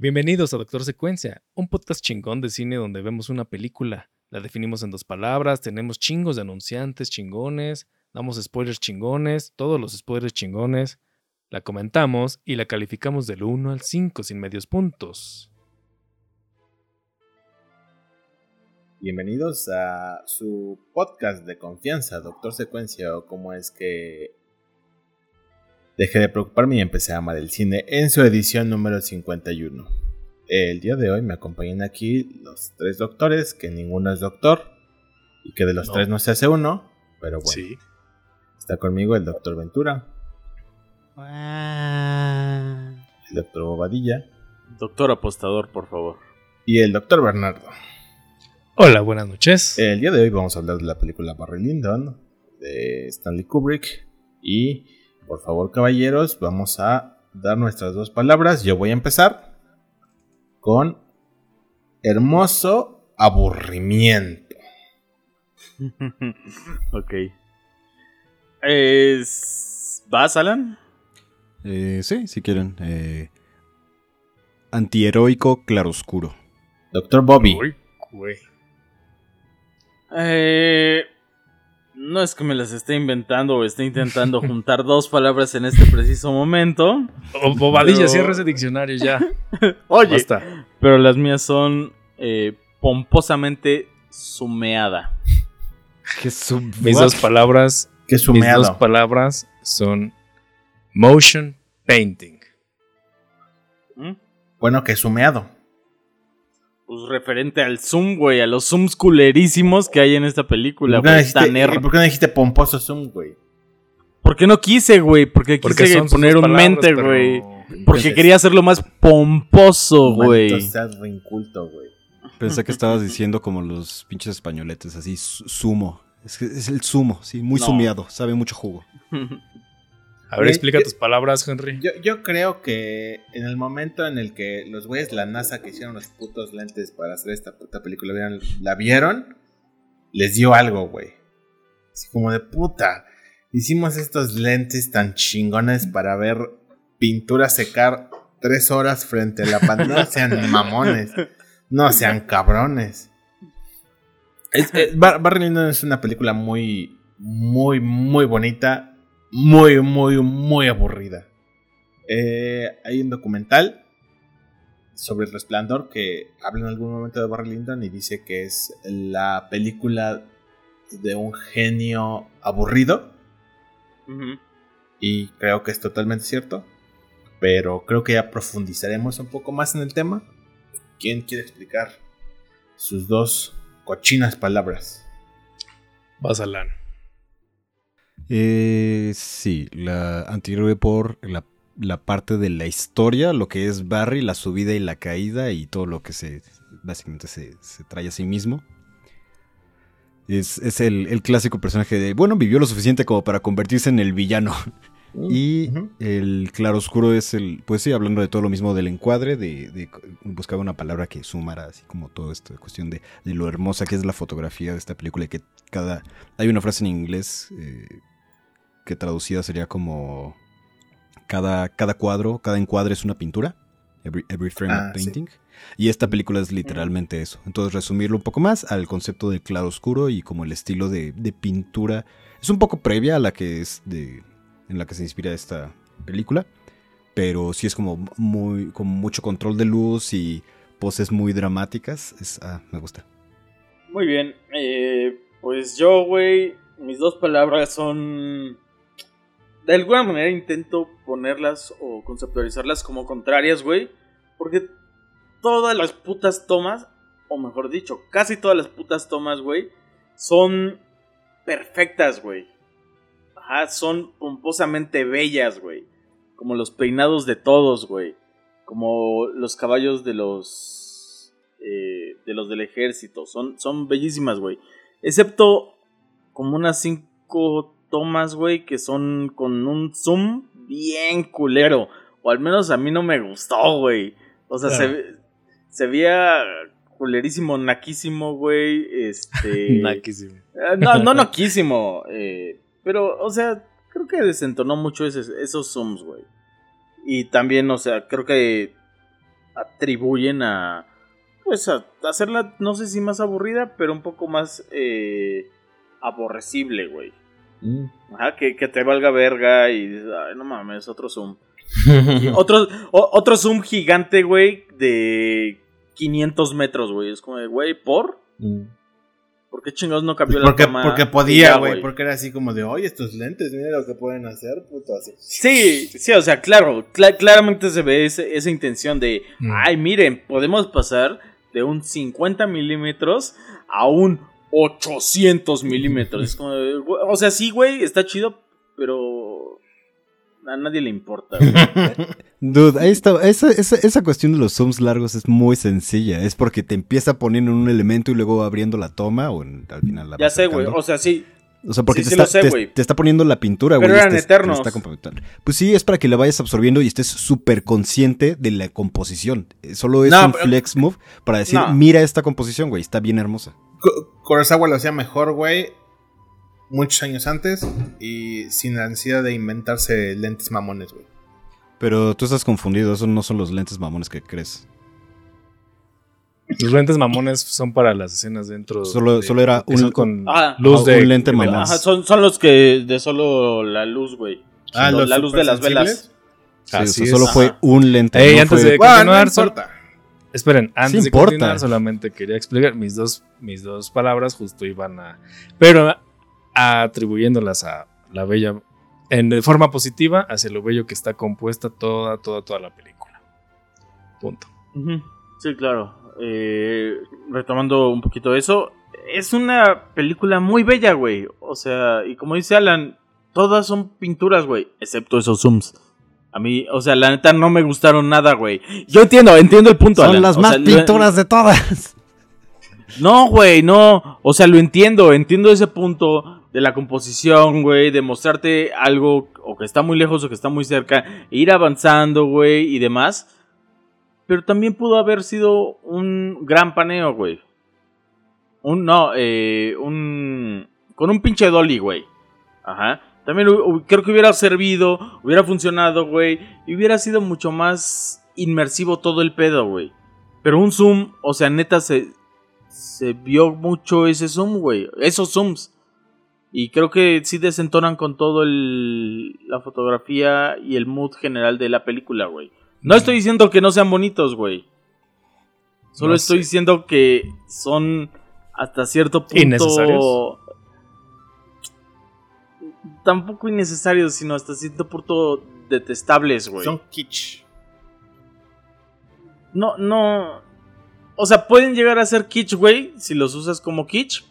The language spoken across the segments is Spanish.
Bienvenidos a Doctor Secuencia, un podcast chingón de cine donde vemos una película, la definimos en 2 palabras, tenemos chingos de anunciantes chingones, damos spoilers chingones, todos los spoilers chingones, la comentamos y la calificamos del 1 al 5 sin medios puntos. Bienvenidos a su podcast de confianza, Doctor Secuencia, o como es que dejé de preocuparme y empecé a amar el cine en su edición número 51. El día de hoy me acompañan aquí los 3 doctores, que ninguno es doctor, y que de los 3 no se hace uno, pero bueno. Sí. Está conmigo el doctor Ventura, el doctor Bobadilla, Doctor apostador, por favor. y el doctor Bernardo. Hola, buenas noches. El día de hoy vamos a hablar de la película Barry Lyndon, de Stanley Kubrick, y por favor, caballeros, vamos a dar nuestras 2 palabras. Yo voy a empezar con hermoso aburrimiento. Ok. ¿Vas, Alan? Sí, si quieren. Antiheroico claroscuro. Doctor Bobby. Uy, güey. No es que me las esté inventando o esté intentando juntar 2 palabras en este preciso momento. Bobadilla, Pero- cierra ese diccionario ya. Oye, Basta. pero las mías son pomposamente sumeada. Mis 2 palabras, Qué mis sumeado. 2 palabras son motion painting. ¿Mm? Bueno, que sumeado. Pues referente al zoom, güey, a los zooms culerísimos que hay en esta película, ¿Por qué no güey. dijiste, Tan er- ¿por qué no dijiste pomposo zoom, güey? ¿Por qué no quise, güey? Porque Porque quise son sus poner 2 un palabras, mente, pero- güey. Porque Entonces, quería hacerlo más pomposo, güey. maldito seas reinculto, güey. Pensé que estabas diciendo como los pinches españoletes, así, sumo. Es el sumo, sí, muy No. sumiado, sabe mucho jugo. A ver, Oye, explica yo- tus palabras, Henry. Yo creo que en el momento en el que los güeyes de la NASA que hicieron los putos lentes para hacer esta puta película la vieron, les dio algo, güey. Así como de puta. Hicimos estos lentes tan chingones para ver pintura secar 3 horas frente a la pantalla. No sean mamones. No sean cabrones. Barry Lyndon es una película muy, muy, muy bonita. Muy, muy, muy aburrida. Hay un documental sobre El Resplandor que habla en algún momento de Barry Lyndon y dice que es la película de un genio aburrido. Ujú. Y creo que es totalmente cierto. Pero creo que ya profundizaremos un poco más en el tema. ¿Quién quiere explicar sus 2 cochinas palabras? Vas, Alan. Sí, la antihéroe por la parte de la historia, lo que es Barry, la subida y la caída y todo lo que básicamente se trae a sí mismo. Es el clásico personaje de, bueno, vivió lo suficiente como para convertirse en el villano. Y el claroscuro es pues sí, hablando de todo lo mismo del encuadre, de buscaba una palabra que sumara así como todo esto, cuestión de lo hermosa que es la fotografía de esta película y que hay una frase en inglés que traducida sería como cada cuadro, cada encuadre es una pintura, every frame a painting, sí. Y esta película es literalmente eso. Entonces resumirlo un poco más al concepto del claroscuro y como el estilo de pintura es un poco previa a la que es en la que se inspira esta película, pero sí es como con mucho control de luz y poses muy dramáticas. Me gusta. Muy bien. Pues yo, güey, mis 2 palabras son... De alguna manera intento ponerlas o conceptualizarlas como contrarias, güey. Porque todas las putas tomas, o mejor dicho, casi todas las putas tomas, güey, son perfectas, güey. Ajá, son pomposamente bellas, güey. Como los peinados de todos, güey. Como los caballos de los del ejército. Son bellísimas, güey. Excepto como unas 5 tomas, güey, que son con un zoom bien culero. O al menos a mí no me gustó, güey. O sea, Claro. se veía culerísimo, naquísimo, güey. Naquísimo. No naquísimo. Pero, o sea, creo que desentonó mucho esos zooms, güey. Y también, o sea, creo que atribuyen a, pues, a hacerla, no sé si más aburrida, pero un poco más aborrecible, güey. Ajá, que te valga verga y dices, ay, no mames, otro zoom. Otro zoom gigante, güey, de 500 metros, güey. Es como de, güey, ¿por? ¿Por qué chingados no cambió la toma? Porque podía, güey. Porque era así como de, oye, estos lentes, mira lo que pueden hacer, puto. Así. Sí, o sea, claro. Claramente se ve esa intención de, ay, miren, podemos pasar de un 50 milímetros a un 800 milímetros. Es como de, o sea, sí, güey, está chido, pero a nadie le importa, güey. Dude, ahí está. Esa cuestión de los zooms largos es muy sencilla. Es porque te empieza poniendo en un elemento y luego va abriendo la toma o al final la ya vas sé, sacando. güey. O sea, sí. O sea, porque sí, te está poniendo la pintura, güey. Pero eran eternos. Pues sí, es para que la vayas absorbiendo y estés súper consciente de la composición. Solo es un flex move para decir, mira esta composición, güey, está bien hermosa. Kurosawa lo hacía mejor, güey, muchos años antes y sin la necesidad de inventarse lentes mamones, güey. Pero tú estás confundido, esos no son los lentes mamones que crees. Los lentes mamones son para las escenas dentro. Solo era con luz de un lente mamón. Ajá, son los que de solo la luz, güey. La luz de las velas. Sí, solo fue un lente. No antes de continuar, no esperen, antes de continuar, solamente quería explicar mis dos palabras, justo iban pero atribuyéndolas a la bella, de forma positiva, hacia lo bello que está compuesta toda la película. Punto. Sí, claro. Retomando un poquito eso, es una película muy bella, güey. O sea, y como dice Alan, todas son pinturas, güey, excepto esos zooms. A mí, o sea, la neta no me gustaron nada, güey. Yo entiendo el punto, Son Alan. las más pinturas de todas. No, güey, no. O sea, lo entiendo ese punto de la composición, güey, de mostrarte algo o que está muy lejos o que está muy cerca, e ir avanzando, güey, y demás. Pero también pudo haber sido un gran paneo, güey. Con un pinche dolly, güey. Ajá. También creo que hubiera servido, hubiera funcionado, güey. Y hubiera sido mucho más inmersivo todo el pedo, güey. Pero un zoom, o sea, neta se vio mucho ese zoom, güey. Esos zooms. Y creo que sí desentonan con todo la fotografía y el mood general de la película, güey. No estoy diciendo que no sean bonitos, güey. Solo estoy diciendo que son hasta cierto punto... ¿Innecesarios? Tampoco innecesarios, sino hasta cierto punto detestables, güey. Son kitsch. No... O sea, pueden llegar a ser kitsch, güey, si los usas como kitsch.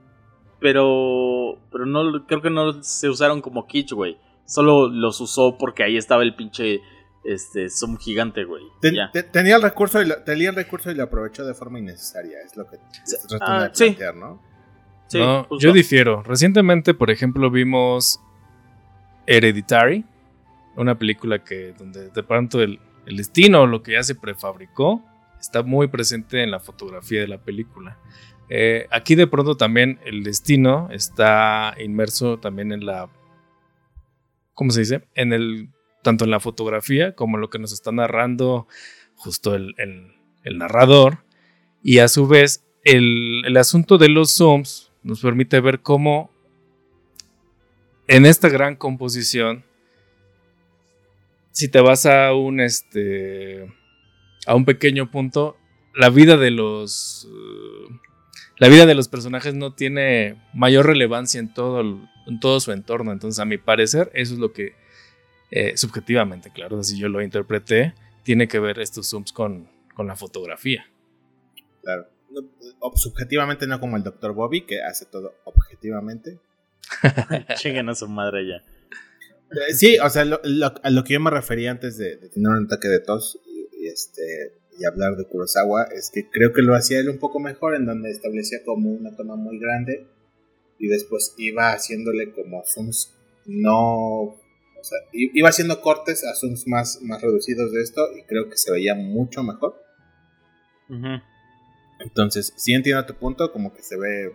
Pero no, creo que no se usaron como kitsch, güey. Solo los usó porque ahí estaba el pinche... zoom gigante, güey. Tenía el recurso y lo aprovechó de forma innecesaria. Es lo que tratando de plantear, ¿no? Sí, no, yo difiero. Recientemente, por ejemplo, vimos Hereditary, una película donde de pronto el destino o lo que ya se prefabricó está muy presente en la fotografía de la película. Aquí de pronto también el destino está inmerso también en la... ¿Cómo se dice? Tanto en la fotografía como en lo que nos está narrando justo el narrador. Y a su vez el asunto de los zooms nos permite ver cómo en esta gran composición, si te vas a un pequeño punto, la vida de los personajes no tiene mayor relevancia en todo su entorno. Entonces, a mi parecer, eso es lo que subjetivamente, claro, así yo lo interpreté, tiene que ver estos zooms con la fotografía. Claro. Subjetivamente, no como el Dr. Bobby, que hace todo objetivamente. Chinguen a su madre ya. Sí, o sea, a lo que yo me refería antes de tener un ataque de tos y hablar de Kurosawa, es que creo que lo hacía él un poco mejor, en donde establecía como una toma muy grande y después iba haciéndole como zooms o sea, iba haciendo cortes a zooms más reducidos de esto, y creo que se veía mucho mejor. Uh-huh. Entonces, sí entiendo tu punto, como que se ve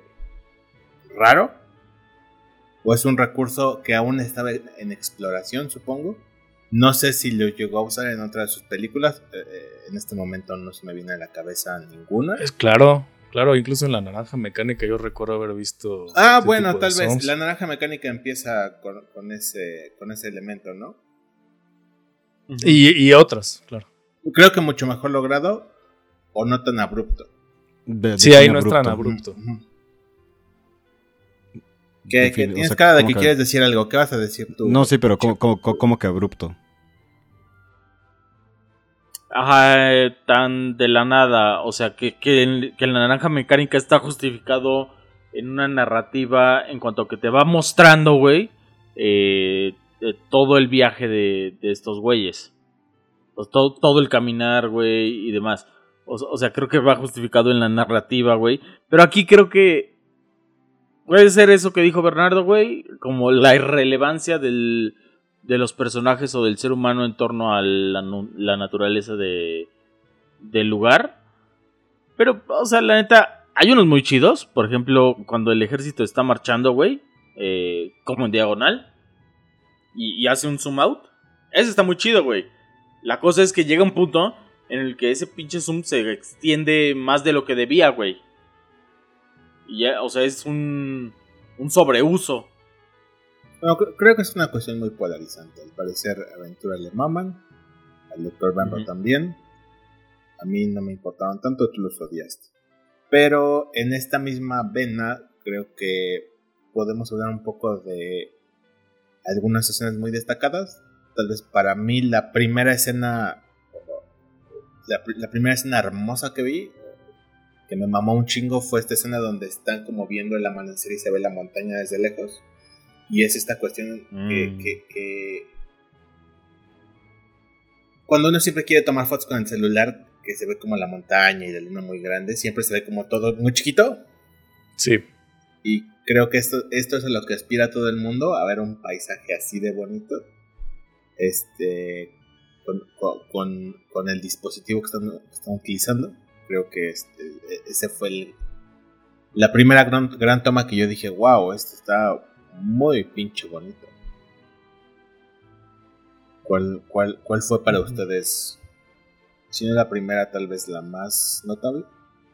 raro. O es un recurso que aún estaba en exploración, supongo. No sé si lo llegó a usar en otra de sus películas. En este momento no se me viene a la cabeza ninguna. Es claro, incluso en La Naranja Mecánica yo recuerdo haber visto. Bueno, tal vez. La Naranja Mecánica empieza con ese elemento, ¿no? Y otras, claro. Creo que mucho mejor logrado o no tan abrupto. Sí, ahí no es tan abrupto. Que tienes cara de que quieres decir algo. ¿Qué vas a decir tú? No, sí, pero ¿cómo que abrupto? Ajá, tan de la nada. O sea, que la Naranja Mecánica está justificado en una narrativa en cuanto a que te va mostrando, güey, todo el viaje de estos güeyes. Todo el caminar, güey, y demás. O sea, creo que va justificado en la narrativa, güey. Pero aquí creo que puede ser eso que dijo Bernardo, güey, como la irrelevancia de los personajes o del ser humano en torno a la naturaleza del lugar. Pero, o sea, la neta, hay unos muy chidos. Por ejemplo, cuando el ejército está marchando, güey, como en diagonal, y hace un zoom out. Ese está muy chido, güey. La cosa es que llega un punto en el que ese pinche zoom se extiende más de lo que debía, güey. Y ya, o sea, es un sobreuso. No, creo que es una cuestión muy polarizante. Al parecer, Aventura le maman. Al Dr. Banro también. A mí no me importaban tanto, tú los odiaste. Pero en esta misma vena, creo que podemos hablar un poco de algunas escenas muy destacadas. Tal vez para mí la primera escena hermosa que vi, que me mamó un chingo, fue esta escena donde están como viendo el amanecer y se ve la montaña desde lejos. Y es esta cuestión que cuando uno siempre quiere tomar fotos con el celular, que se ve como la montaña y la luna muy grande, siempre se ve como todo muy chiquito. Sí. Y creo que esto es a lo que aspira todo el mundo, a ver un paisaje así de bonito. Con el dispositivo que están utilizando. Creo que ese fue la primera gran toma que yo dije, wow, esto está muy pinche bonito. ¿Cuál fue para ustedes? Si no la primera, tal vez la más notable.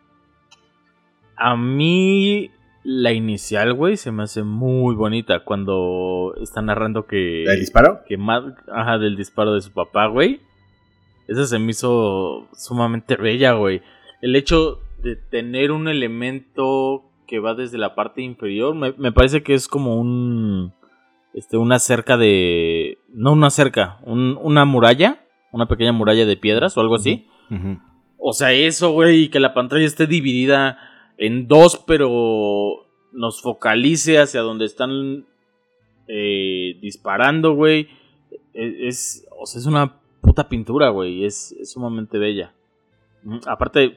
A mí la inicial, güey, se me hace muy bonita cuando está narrando que... ¿Del disparo? Del disparo de su papá, güey. Esa se me hizo sumamente bella, güey. El hecho de tener un elemento que va desde la parte inferior, me parece que es como una cerca de... No una cerca, una muralla, una pequeña muralla de piedras o algo así. Uh-huh. O sea, eso, güey, y que la pantalla esté dividida en dos, pero nos focalice hacia donde están disparando, güey. Es una puta pintura, güey. Es sumamente bella. Aparte,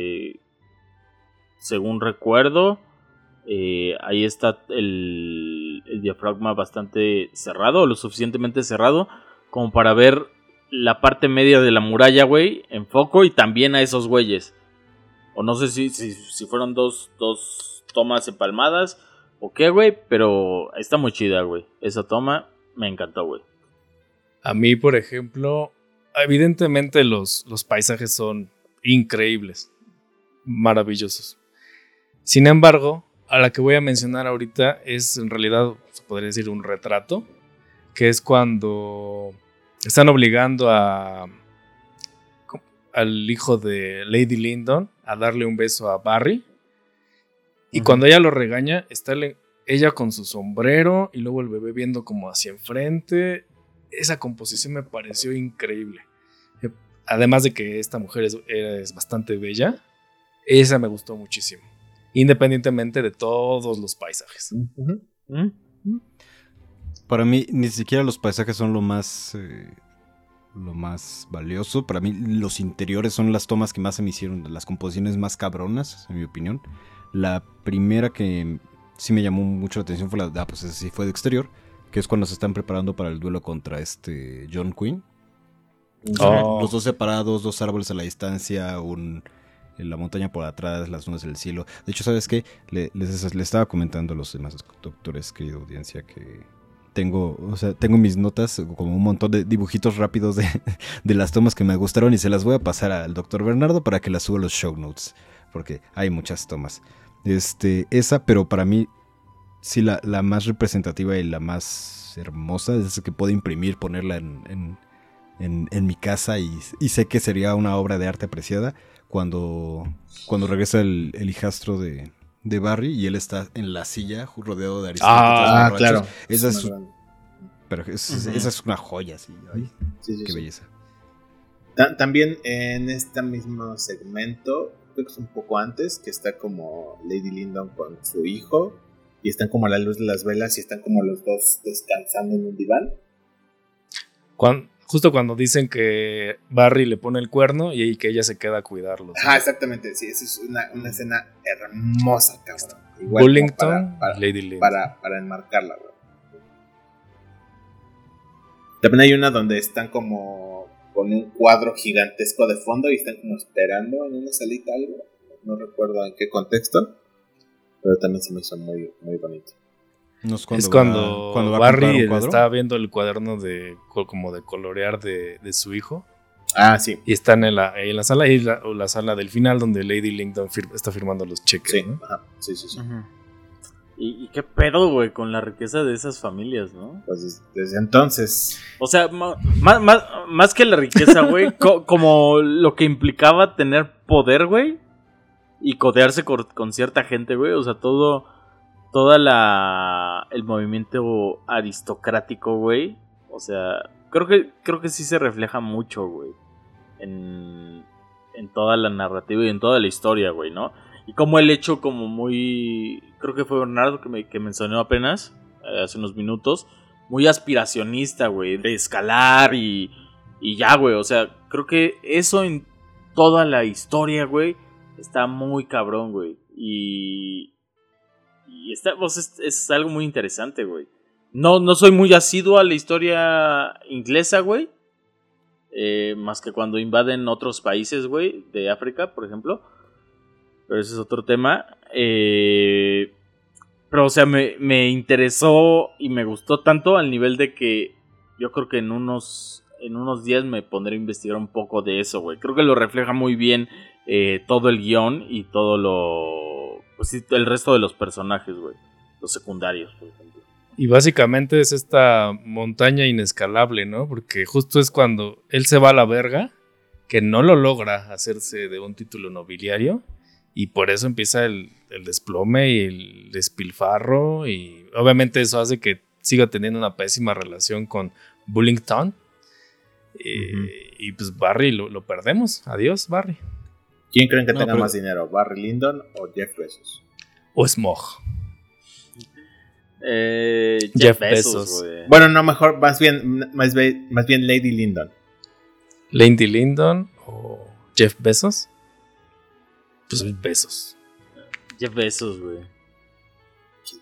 según recuerdo, ahí está el diafragma bastante cerrado, lo suficientemente cerrado como para ver la parte media de la muralla, güey, en foco, y también a esos güeyes. O no sé si fueron dos tomas empalmadas o qué, güey, pero está muy chida, güey. Esa toma me encantó, güey. A mí, por ejemplo, evidentemente los paisajes son increíbles, maravillosos. Sin embargo, a la que voy a mencionar ahorita es en realidad, se podría decir, un retrato, que es cuando están obligando al hijo de Lady Lyndon a darle un beso a Barry. Y cuando ella lo regaña, está ella con su sombrero y luego el bebé viendo como hacia enfrente. Esa composición me pareció increíble. Además de que esta mujer es bastante bella, esa me gustó muchísimo. Independientemente de todos los paisajes. Para mí, ni siquiera los paisajes son lo más valioso. Para mí, los interiores son las tomas que más se me hicieron, las composiciones más cabronas, en mi opinión. La primera que sí me llamó mucho la atención fue pues esa sí fue de exterior, que es cuando se están preparando para el duelo contra John Quinn. Los dos separados, dos árboles a la distancia, la montaña por atrás, las nubes del cielo. De hecho, ¿sabes qué? Le estaba comentando a los demás doctores, querida audiencia, que tengo mis notas, como un montón de dibujitos rápidos de las tomas que me gustaron y se las voy a pasar al Dr. Bernardo para que las suba a los show notes, porque hay muchas tomas. Esa, pero para mí, sí, la más representativa y la más hermosa es esa que puedo imprimir, ponerla en mi casa y sé que sería una obra de arte apreciada cuando regresa el hijastro de Barry y él está en la silla rodeado de aristócratas. Claro. Esa es una joya, sí. Ay, qué belleza. También en este mismo segmento, creo que es un poco antes, que está como Lady Lyndon con su hijo y están como a la luz de las velas y están como los dos descansando en un diván. Justo cuando dicen que Barry le pone el cuerno y que ella se queda a cuidarlos. Ah, exactamente, sí, esa es una escena hermosa, cabrón. Igual Bullington, Lady Lyndon. Para enmarcarla, güey. También hay una donde están como con un cuadro gigantesco de fondo y están como esperando en una salita algo. No recuerdo en qué contexto, pero también se me hizo muy, muy bonito. No es cuando Barry está viendo el cuaderno como de colorear de su hijo. Ah, sí. Y están en la sala y la sala del final donde Lady Lyndon está firmando los cheques. Sí, ¿no? Ajá. Sí. Ajá. ¿Y qué pedo, güey, con la riqueza de esas familias, no? Pues desde entonces. O sea, más que la riqueza, güey, como lo que implicaba tener poder, güey, y codearse con cierta gente, güey. O sea, el movimiento aristocrático, güey. O sea, creo que sí se refleja mucho, güey, en toda la narrativa y en toda la historia, güey, ¿no? Y como el hecho como muy... Creo que fue Bernardo que mencionó apenas, hace unos minutos, muy aspiracionista, güey, de escalar y ya, güey. O sea, creo que eso en toda la historia, güey, está muy cabrón, güey. Y está, pues, es algo muy interesante, güey. No soy muy asiduo a la historia inglesa, güey. Más que cuando invaden otros países, güey, de África, por ejemplo. Pero ese es otro tema. Pero, o sea, me interesó y me gustó tanto al nivel de que yo creo que en unos días me pondré a investigar un poco de eso, güey. Creo que lo refleja muy bien todo el guión y todo pues sí, el resto de los personajes, güey. Los secundarios, por ejemplo. Y básicamente es esta montaña inescalable, ¿no? Porque justo es cuando él se va a la verga, que no lo logra hacerse de un título nobiliario. Y por eso empieza el desplome y el despilfarro. Y obviamente eso hace que siga teniendo una pésima relación con Bullington. Y pues Barry lo perdemos. Adiós, Barry. ¿Quién creen que tenga más dinero? ¿Barry Lyndon o Jeff Bezos? O Smog. Jeff Bezos. Bueno, no, mejor, más bien Lady Lyndon. Lady Lyndon o Jeff Bezos. Pues Bezos. Jeff Bezos, güey. ¿Quién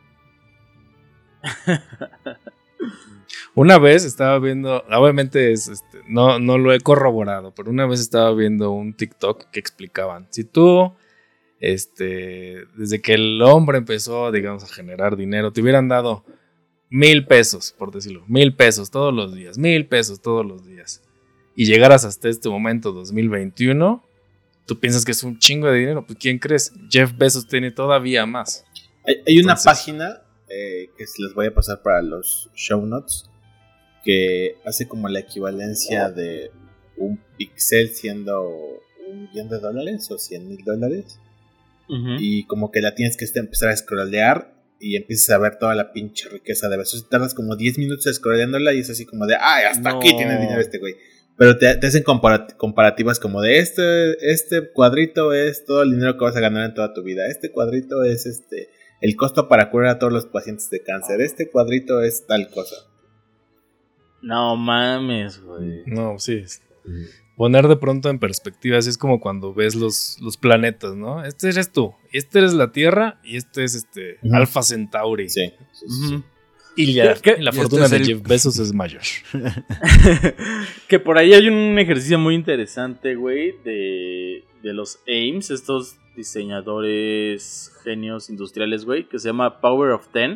sabe? Una vez estaba viendo, obviamente no lo he corroborado, pero una vez estaba viendo un TikTok que explicaban, si tú, desde que el hombre empezó, digamos, a generar dinero, te hubieran dado 1,000 pesos, por decirlo, 1,000 pesos todos los días, 1,000 pesos todos los días, y llegaras hasta este momento, 2021, tú piensas que es un chingo de dinero, pues ¿quién crees? Jeff Bezos tiene todavía más. Hay una página que les voy a pasar para los show notes, que hace como la equivalencia de un pixel siendo $1,000,000 o $100,000. Uh-huh. Y como que la tienes que empezar a scrollear y empiezas a ver toda la pinche riqueza de Bezos. Tardas como 10 minutos scrolleándola y es así como de, ¡ay, hasta aquí tiene dinero este güey! Pero te hacen comparativas como de este cuadrito es todo el dinero que vas a ganar en toda tu vida. Este cuadrito es el costo para curar a todos los pacientes de cáncer. Este cuadrito es tal cosa. No mames, güey. No, sí. Poner de pronto en perspectiva, así es como cuando ves los planetas, ¿no? Este eres tú, este eres la Tierra y este es uh-huh. Alpha Centauri. Sí. Uh-huh. Y la fortuna de Jeff Bezos es mayor. Que por ahí hay un ejercicio muy interesante, güey, de los AIMS, estos diseñadores genios industriales, güey, que se llama Power of 10,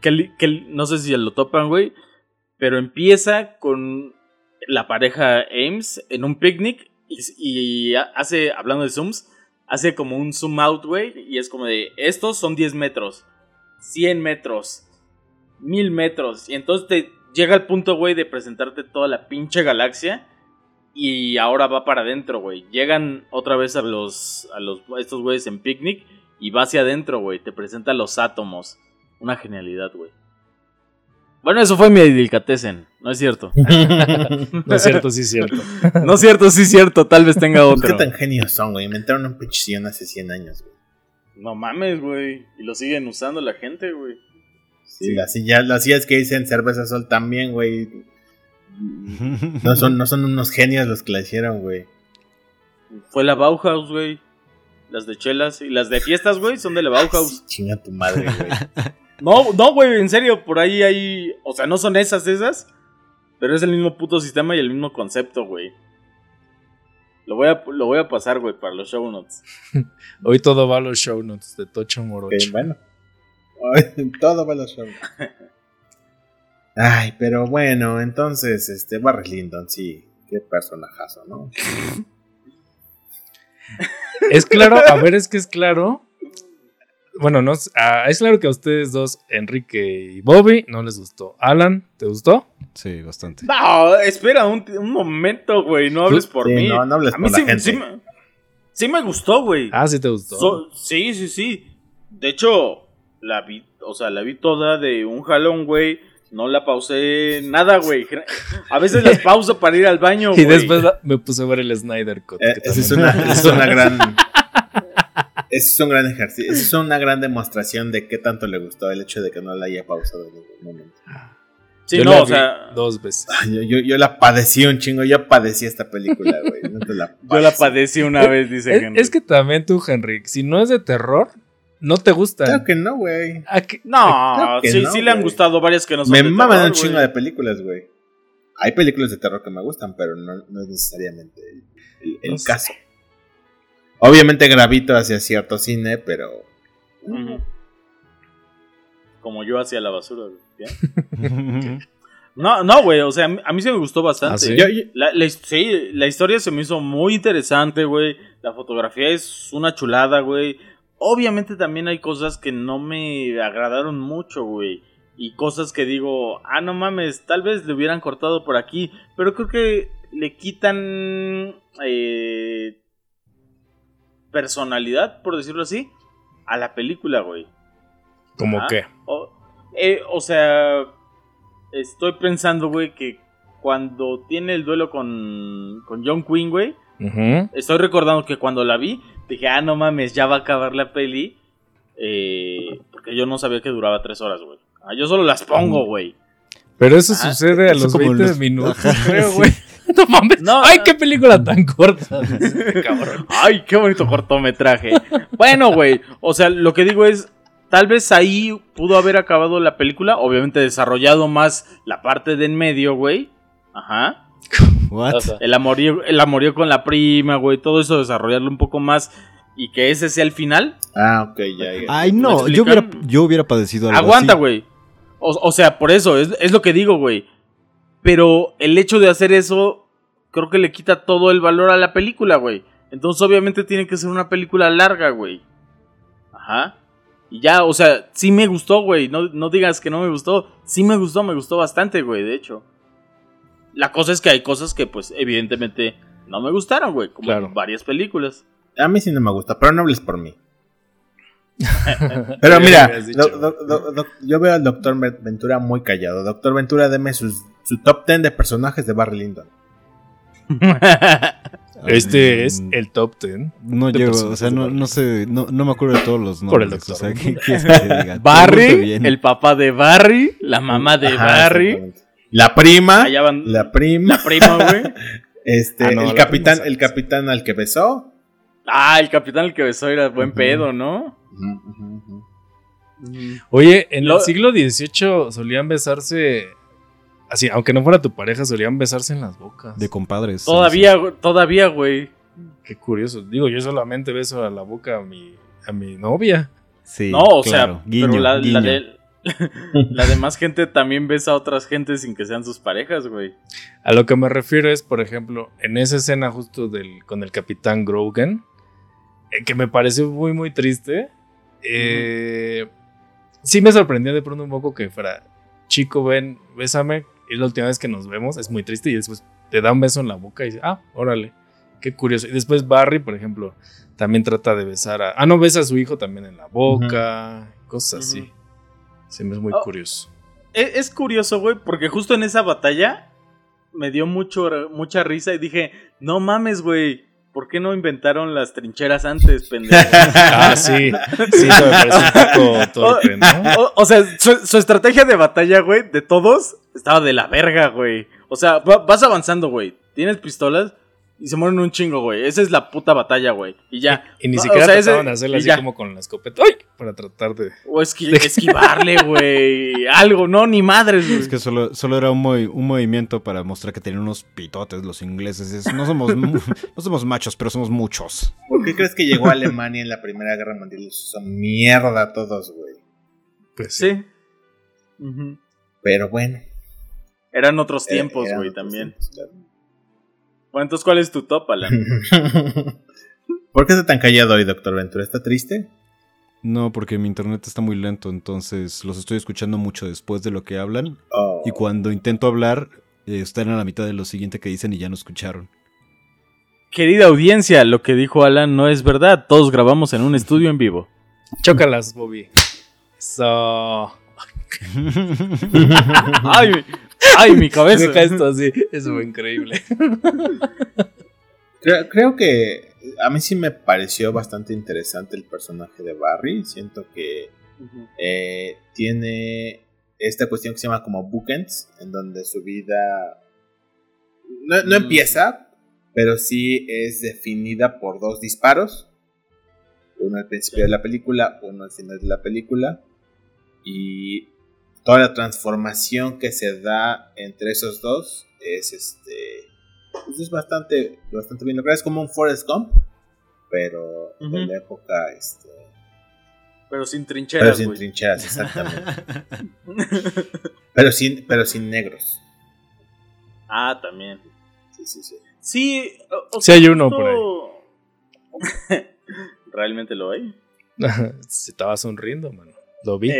no sé si lo topan, güey, pero empieza con la pareja Ames en un picnic y hace, hablando de zooms, hace como un zoom out, güey, y es como de, estos son 10 metros, 100 metros, 1000 metros, y entonces te llega al punto, güey, de presentarte toda la pinche galaxia, y ahora va para adentro, güey. Llegan otra vez a estos güeyes en picnic, y va hacia adentro, güey, te presenta los átomos. Una genialidad, güey. Bueno, eso fue mi delicatessen, no es cierto. No es cierto, sí es cierto. No es cierto, sí es cierto, tal vez tenga otro. ¿Qué tan genios son, güey? Inventaron un pinche sillón hace 100 años, güey. No mames, güey. Y lo siguen usando la gente, güey. Sí, las sillas que dicen cerveza sol también, güey. No son unos genios los que la hicieron, güey. Fue la Bauhaus, güey. Las de chelas y las de fiestas, güey, son de la Bauhaus. Sí, chinga tu madre, güey. No, güey, en serio, por ahí hay... O sea, no son esas, pero es el mismo puto sistema y el mismo concepto, güey. Lo voy a pasar, güey, para los show notes. Hoy todo va a los show notes de Tocho Morocho. Okay, bueno. Todo va a los show notes. Ay, pero bueno, entonces, Barry Lyndon, sí. Qué personajazo, ¿no? Es claro, a ver, es que es claro. Bueno, no, es claro que a ustedes dos, Enrique y Bobby, no les gustó. Alan, ¿te gustó? Sí, bastante. No, espera un momento, güey. No hables por mí. No hables a mí por la gente. Sí me gustó, güey. Ah, sí te gustó. Sí. De hecho, la vi toda de un jalón, güey. No la pausé nada, güey. A veces las pauso para ir al baño, güey. Y después me puse a ver el Snyder Cut. Esa es una gran... Ese es un gran ejercicio. Esa es una gran demostración de qué tanto le gustó el hecho de que no la haya pausado en ningún momento. Sí, yo no, la o sea... vi 2 veces. Yo la padecí un chingo. Yo padecí esta película, güey. Yo la padecí una vez, dice Henry. Es que también tú, Henry, si no es de terror, no te gusta. Claro que no, güey. No, que sí, no, sí le han güey. gustado varias que no son Me de maman terror, un chingo güey. de películas, güey. Hay películas de terror que me gustan, pero no es necesariamente el No caso. Obviamente gravito hacia cierto cine, pero... Ujú. Como yo hacia la basura, güey. ¿Bien? No, güey, o sea, a mí se me gustó bastante. ¿Ah, sí? Sí, la historia se me hizo muy interesante, güey. La fotografía es una chulada, güey. Obviamente también hay cosas que no me agradaron mucho, güey. Y cosas que digo, no mames, tal vez le hubieran cortado por aquí. Pero creo que le quitan personalidad, por decirlo así, a la película, güey. ¿Cómo Ajá. qué? O sea, estoy pensando, güey, que cuando tiene el duelo con John Quinn, güey, estoy recordando que cuando la vi, dije, no mames, ya va a acabar la peli. Porque yo no sabía que duraba 3 horas, güey. Yo solo las pongo, güey. Pero eso sucede a eso los como 20 los- minutos, Ajá, creo, sí. güey. No mames. No, Ay, qué película tan corta. Cabrón. Ay, qué bonito cortometraje. Bueno, güey, o sea, lo que digo es, tal vez ahí pudo haber acabado la película, obviamente desarrollado más la parte de en medio, güey. Ajá. What? El amorío con la prima, güey, todo eso desarrollarlo un poco más y que ese sea el final. Ok, ya. Ay, ¿Me no, explican? yo hubiera padecido algo Aguanta, así. güey. O sea, por eso, es lo que digo, güey. Pero el hecho de hacer eso, creo que le quita todo el valor a la película, güey. Entonces, obviamente, tiene que ser una película larga, güey. Ajá. Y ya, o sea, sí me gustó, güey. No digas que no me gustó. Sí me gustó bastante, güey, de hecho. La cosa es que hay cosas que, pues, evidentemente no me gustaron, güey. Como Claro. en varias películas. A mí sí no me gusta, pero no hables por mí. Pero mira, habías dicho. yo veo al Dr. Ventura muy callado. Doctor Ventura, deme su top 10 de personajes de Barry Lyndon. Este es el top 10. No de llego, personajes o sea, de no, Barry. no sé, no me acuerdo de todos los nombres. Por el doctor. O sea, ¿qué quieres que te diga? Te Barry, porto bien. el papá de Barry, la mamá de Ajá, Barry. exactamente. La prima. Allá van La prima. la prima, güey. No, la el capitán, prima, el capitán al que besó. El capitán el que besó era buen pedo, ¿no? Oye, en Lo- el siglo XVIII solían besarse. Así, aunque no fuera tu pareja, solían besarse en las bocas. De compadres. Todavía, güey. Qué curioso. Digo, yo solamente beso a la boca a mi novia. Sí, No, o claro. sea, Guiño, pero guiño. la demás gente también besa a otras gentes sin que sean sus parejas, güey. A lo que me refiero es, por ejemplo, en esa escena justo con el Capitán Grogan, que me pareció muy, muy triste. Sí me sorprendió de pronto un poco que fuera, chico, ven, bésame, es la última vez que nos vemos, es muy triste, y después te da un beso en la boca y dices, órale, qué curioso. Y después Barry, por ejemplo, también trata de besar no, besa a su hijo también en la boca, cosas así. Se me es muy curioso. Es curioso, güey, porque justo en esa batalla me dio mucha risa y dije, no mames, güey, ¿por qué no inventaron las trincheras antes, pendejo? Sí, eso me parece un poco torpe, ¿no? O sea, su estrategia de batalla, güey, de todos, estaba de la verga, güey. O sea, vas avanzando, güey, tienes pistolas y se mueren un chingo, güey. Esa es la puta batalla, güey. Y ya. Y ni siquiera trataban de hacerla así como con la escopeta. ¡Ay! Para tratar de... O esquivarle, güey. Algo, no, ni madres, güey. Es que solo era un movimiento para mostrar que tenían unos pitotes los ingleses. No somos machos, pero somos muchos. ¿Por qué crees que llegó a Alemania en la Primera Guerra Mundial y los hizo mierda a todos, güey? Pues sí. Pero bueno. Eran otros tiempos, güey, también. Tiempos, claro. Bueno, entonces, ¿cuál es tu top, Alan? ¿Por qué está tan callado hoy, Doctor Ventura? ¿Está triste? No, porque mi internet está muy lento, entonces los estoy escuchando mucho después de lo que hablan. Y cuando intento hablar, están a la mitad de lo siguiente que dicen y ya no escucharon. Querida audiencia, lo que dijo Alan no es verdad. Todos grabamos en un estudio en vivo. Chócalas, Bobby. Eso. Ay, mi cabeza. Deja esto así. Eso fue increíble. Creo que a mí sí me pareció bastante interesante el personaje de Barry. Siento que tiene esta cuestión que se llama como bookends, en donde su vida no empieza, pero sí es definida por 2 disparos. Uno al principio de la película, uno al final de la película. Y toda la transformación que se da entre esos dos es pues es bastante bien logrado. Es como un Forrest Gump, pero en la época pero sin trincheras, exactamente. pero sin negros. También. Sí. Sí, sí hay uno por ahí. ¿Realmente lo hay? Se estaba sonriendo, mano. Lo vi.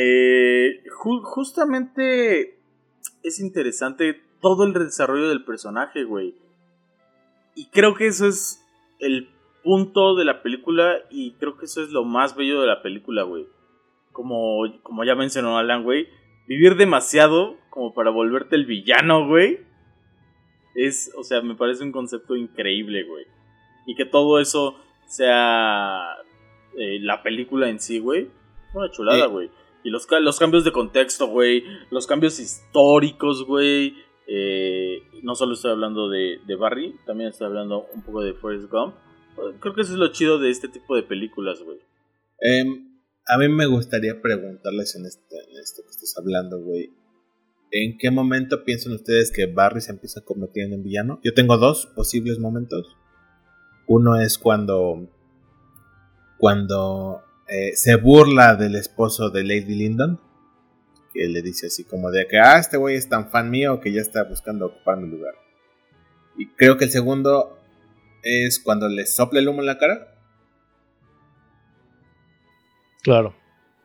Justamente es interesante todo el desarrollo del personaje, güey. Y creo que eso es el punto de la película y creo que eso es lo más bello de la película, güey. Como ya mencionó Alan, güey, vivir demasiado como para volverte el villano, güey. O sea, me parece un concepto increíble, güey. Y que todo eso sea la película en sí, güey. Una chulada, güey. Y los cambios de contexto, güey. Los cambios históricos, güey. No solo estoy hablando de Barry, también estoy hablando un poco de Forrest Gump. Creo que eso es lo chido de este tipo de películas, güey. A mí me gustaría preguntarles en esto que estás hablando, güey. ¿En qué momento piensan ustedes que Barry se empieza a convertir en villano? Yo tengo 2 posibles momentos. Uno es cuando se burla del esposo de Lady Lyndon, que le dice así como de que este güey es tan fan mío que ya está buscando ocupar mi lugar. Y creo que el segundo es cuando le sopla el humo en la cara. Claro.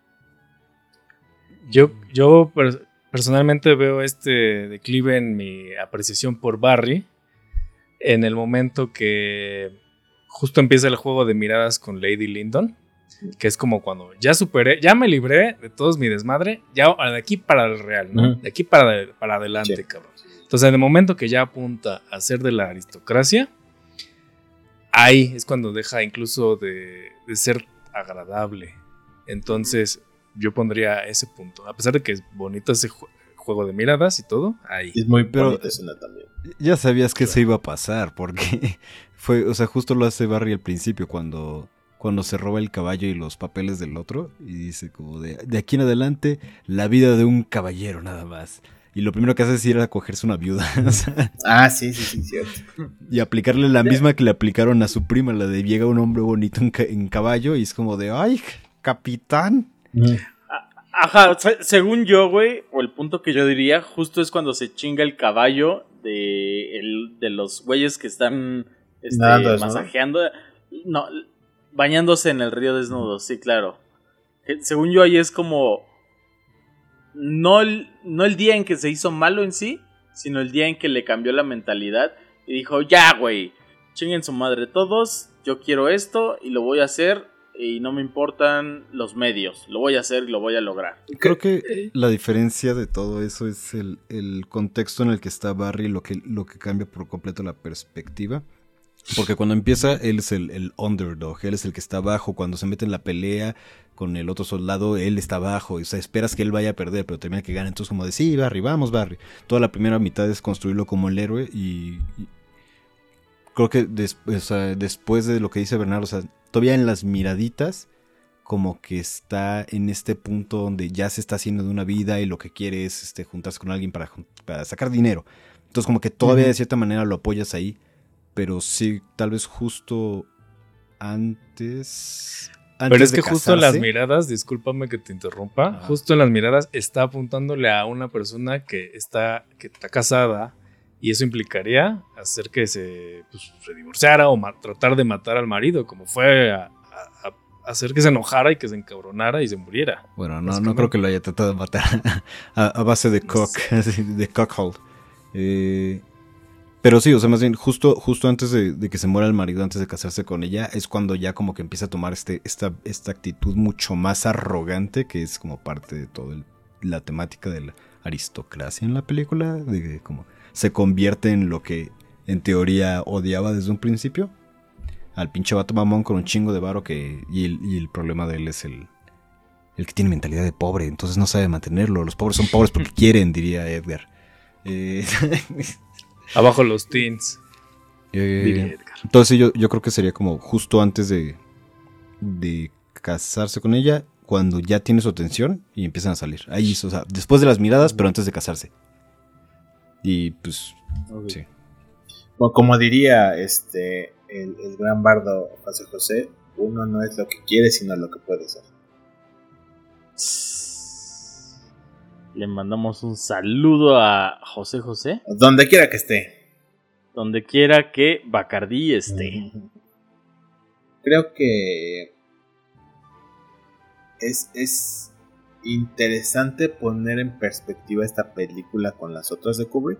Yo personalmente veo este declive en mi apreciación por Barry en el momento que justo empieza el juego de miradas con Lady Lyndon, que es como cuando ya me libré de todos mi desmadre, ya de aquí para el real, ¿no? De aquí para adelante, sí. Cabrón. Entonces, en el momento que ya apunta a ser de la aristocracia, ahí es cuando deja incluso de ser agradable. Entonces, yo pondría ese punto. A pesar de que es bonito ese juego de miradas y todo, ahí. Es muy bonita escena también. Ya sabías que eso iba a pasar, porque justo lo hace Barry al principio, cuando se roba el caballo y los papeles del otro, y dice como de aquí en adelante, la vida de un caballero nada más. Y lo primero que hace es ir a cogerse una viuda. Sí, cierto. Y aplicarle la misma que le aplicaron a su prima, la de llega un hombre bonito en caballo, y es como de, ¡ay, capitán! Ajá, según yo, güey, o el punto que yo diría, justo es cuando se chinga el caballo de los güeyes que están masajeando. No, bañándose en el río desnudos, sí, claro. Según yo, ahí es como. No el día en que se hizo malo en sí, sino el día en que le cambió la mentalidad y dijo: ya, güey, chinguen su madre todos, yo quiero esto y lo voy a hacer. Y no me importan los medios. Lo voy a hacer y lo voy a lograr. Creo que la diferencia de todo eso es el contexto en el que está Barry, lo que cambia por completo la perspectiva. Porque cuando empieza, él es el underdog, él es el que está abajo. Cuando se mete en la pelea con el otro soldado, él está abajo. O sea, esperas que él vaya a perder, pero termina que gana. Entonces como de, sí, Barry, vamos, Barry. Toda la primera mitad es construirlo como el héroe y creo que después de lo que dice Bernardo, o sea, todavía en las miraditas, como que está en este punto donde ya se está haciendo de una vida y lo que quiere es juntarse con alguien para sacar dinero. Entonces como que todavía de cierta manera lo apoyas ahí, pero sí, tal vez justo antes pero es que de justo en casarse, las miradas, discúlpame que te interrumpa, justo en las miradas está apuntándole a una persona que está casada. Y eso implicaría hacer que se divorciara o tratar de matar al marido, como fue a hacer que se enojara y que se encabronara y se muriera. Bueno, no creo que lo haya tratado de matar a base de de cuckold. Pero sí, o sea, más bien justo antes de que se muera el marido, antes de casarse con ella, es cuando ya como que empieza a tomar esta actitud mucho más arrogante, que es como parte de toda la temática de la aristocracia en la película, de como se convierte en lo que en teoría odiaba desde un principio, al pinche vato mamón con un chingo de varo y el problema de él es el que tiene mentalidad de pobre, entonces no sabe mantenerlo. Los pobres son pobres porque quieren, diría Edgar. Abajo los teens, diría Edgar. Entonces yo creo que sería como justo antes de casarse con ella, cuando ya tiene su atención y empiezan a salir. Ahí, o sea, después de las miradas, pero antes de casarse. Y pues, okay. Sí. Bueno, como diría el gran bardo José José, uno no es lo que quiere, sino lo que puede ser. Le mandamos un saludo a José José. Donde quiera que esté. Donde quiera que Bacardí esté. Creo que es interesante poner en perspectiva esta película con las otras de Kubrick,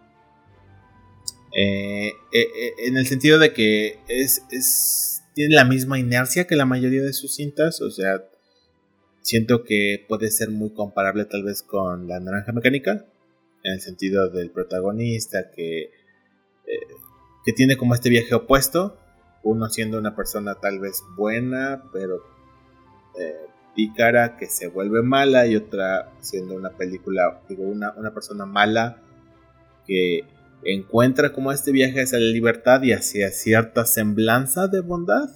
en el sentido de que tiene la misma inercia que la mayoría de sus cintas. O sea, siento que puede ser muy comparable tal vez con La Naranja Mecánica, en el sentido del protagonista que tiene como este viaje opuesto, uno siendo una persona tal vez buena pero pícara que se vuelve mala, y otra siendo una persona mala que encuentra como este viaje hacia la libertad y hacia cierta semblanza de bondad.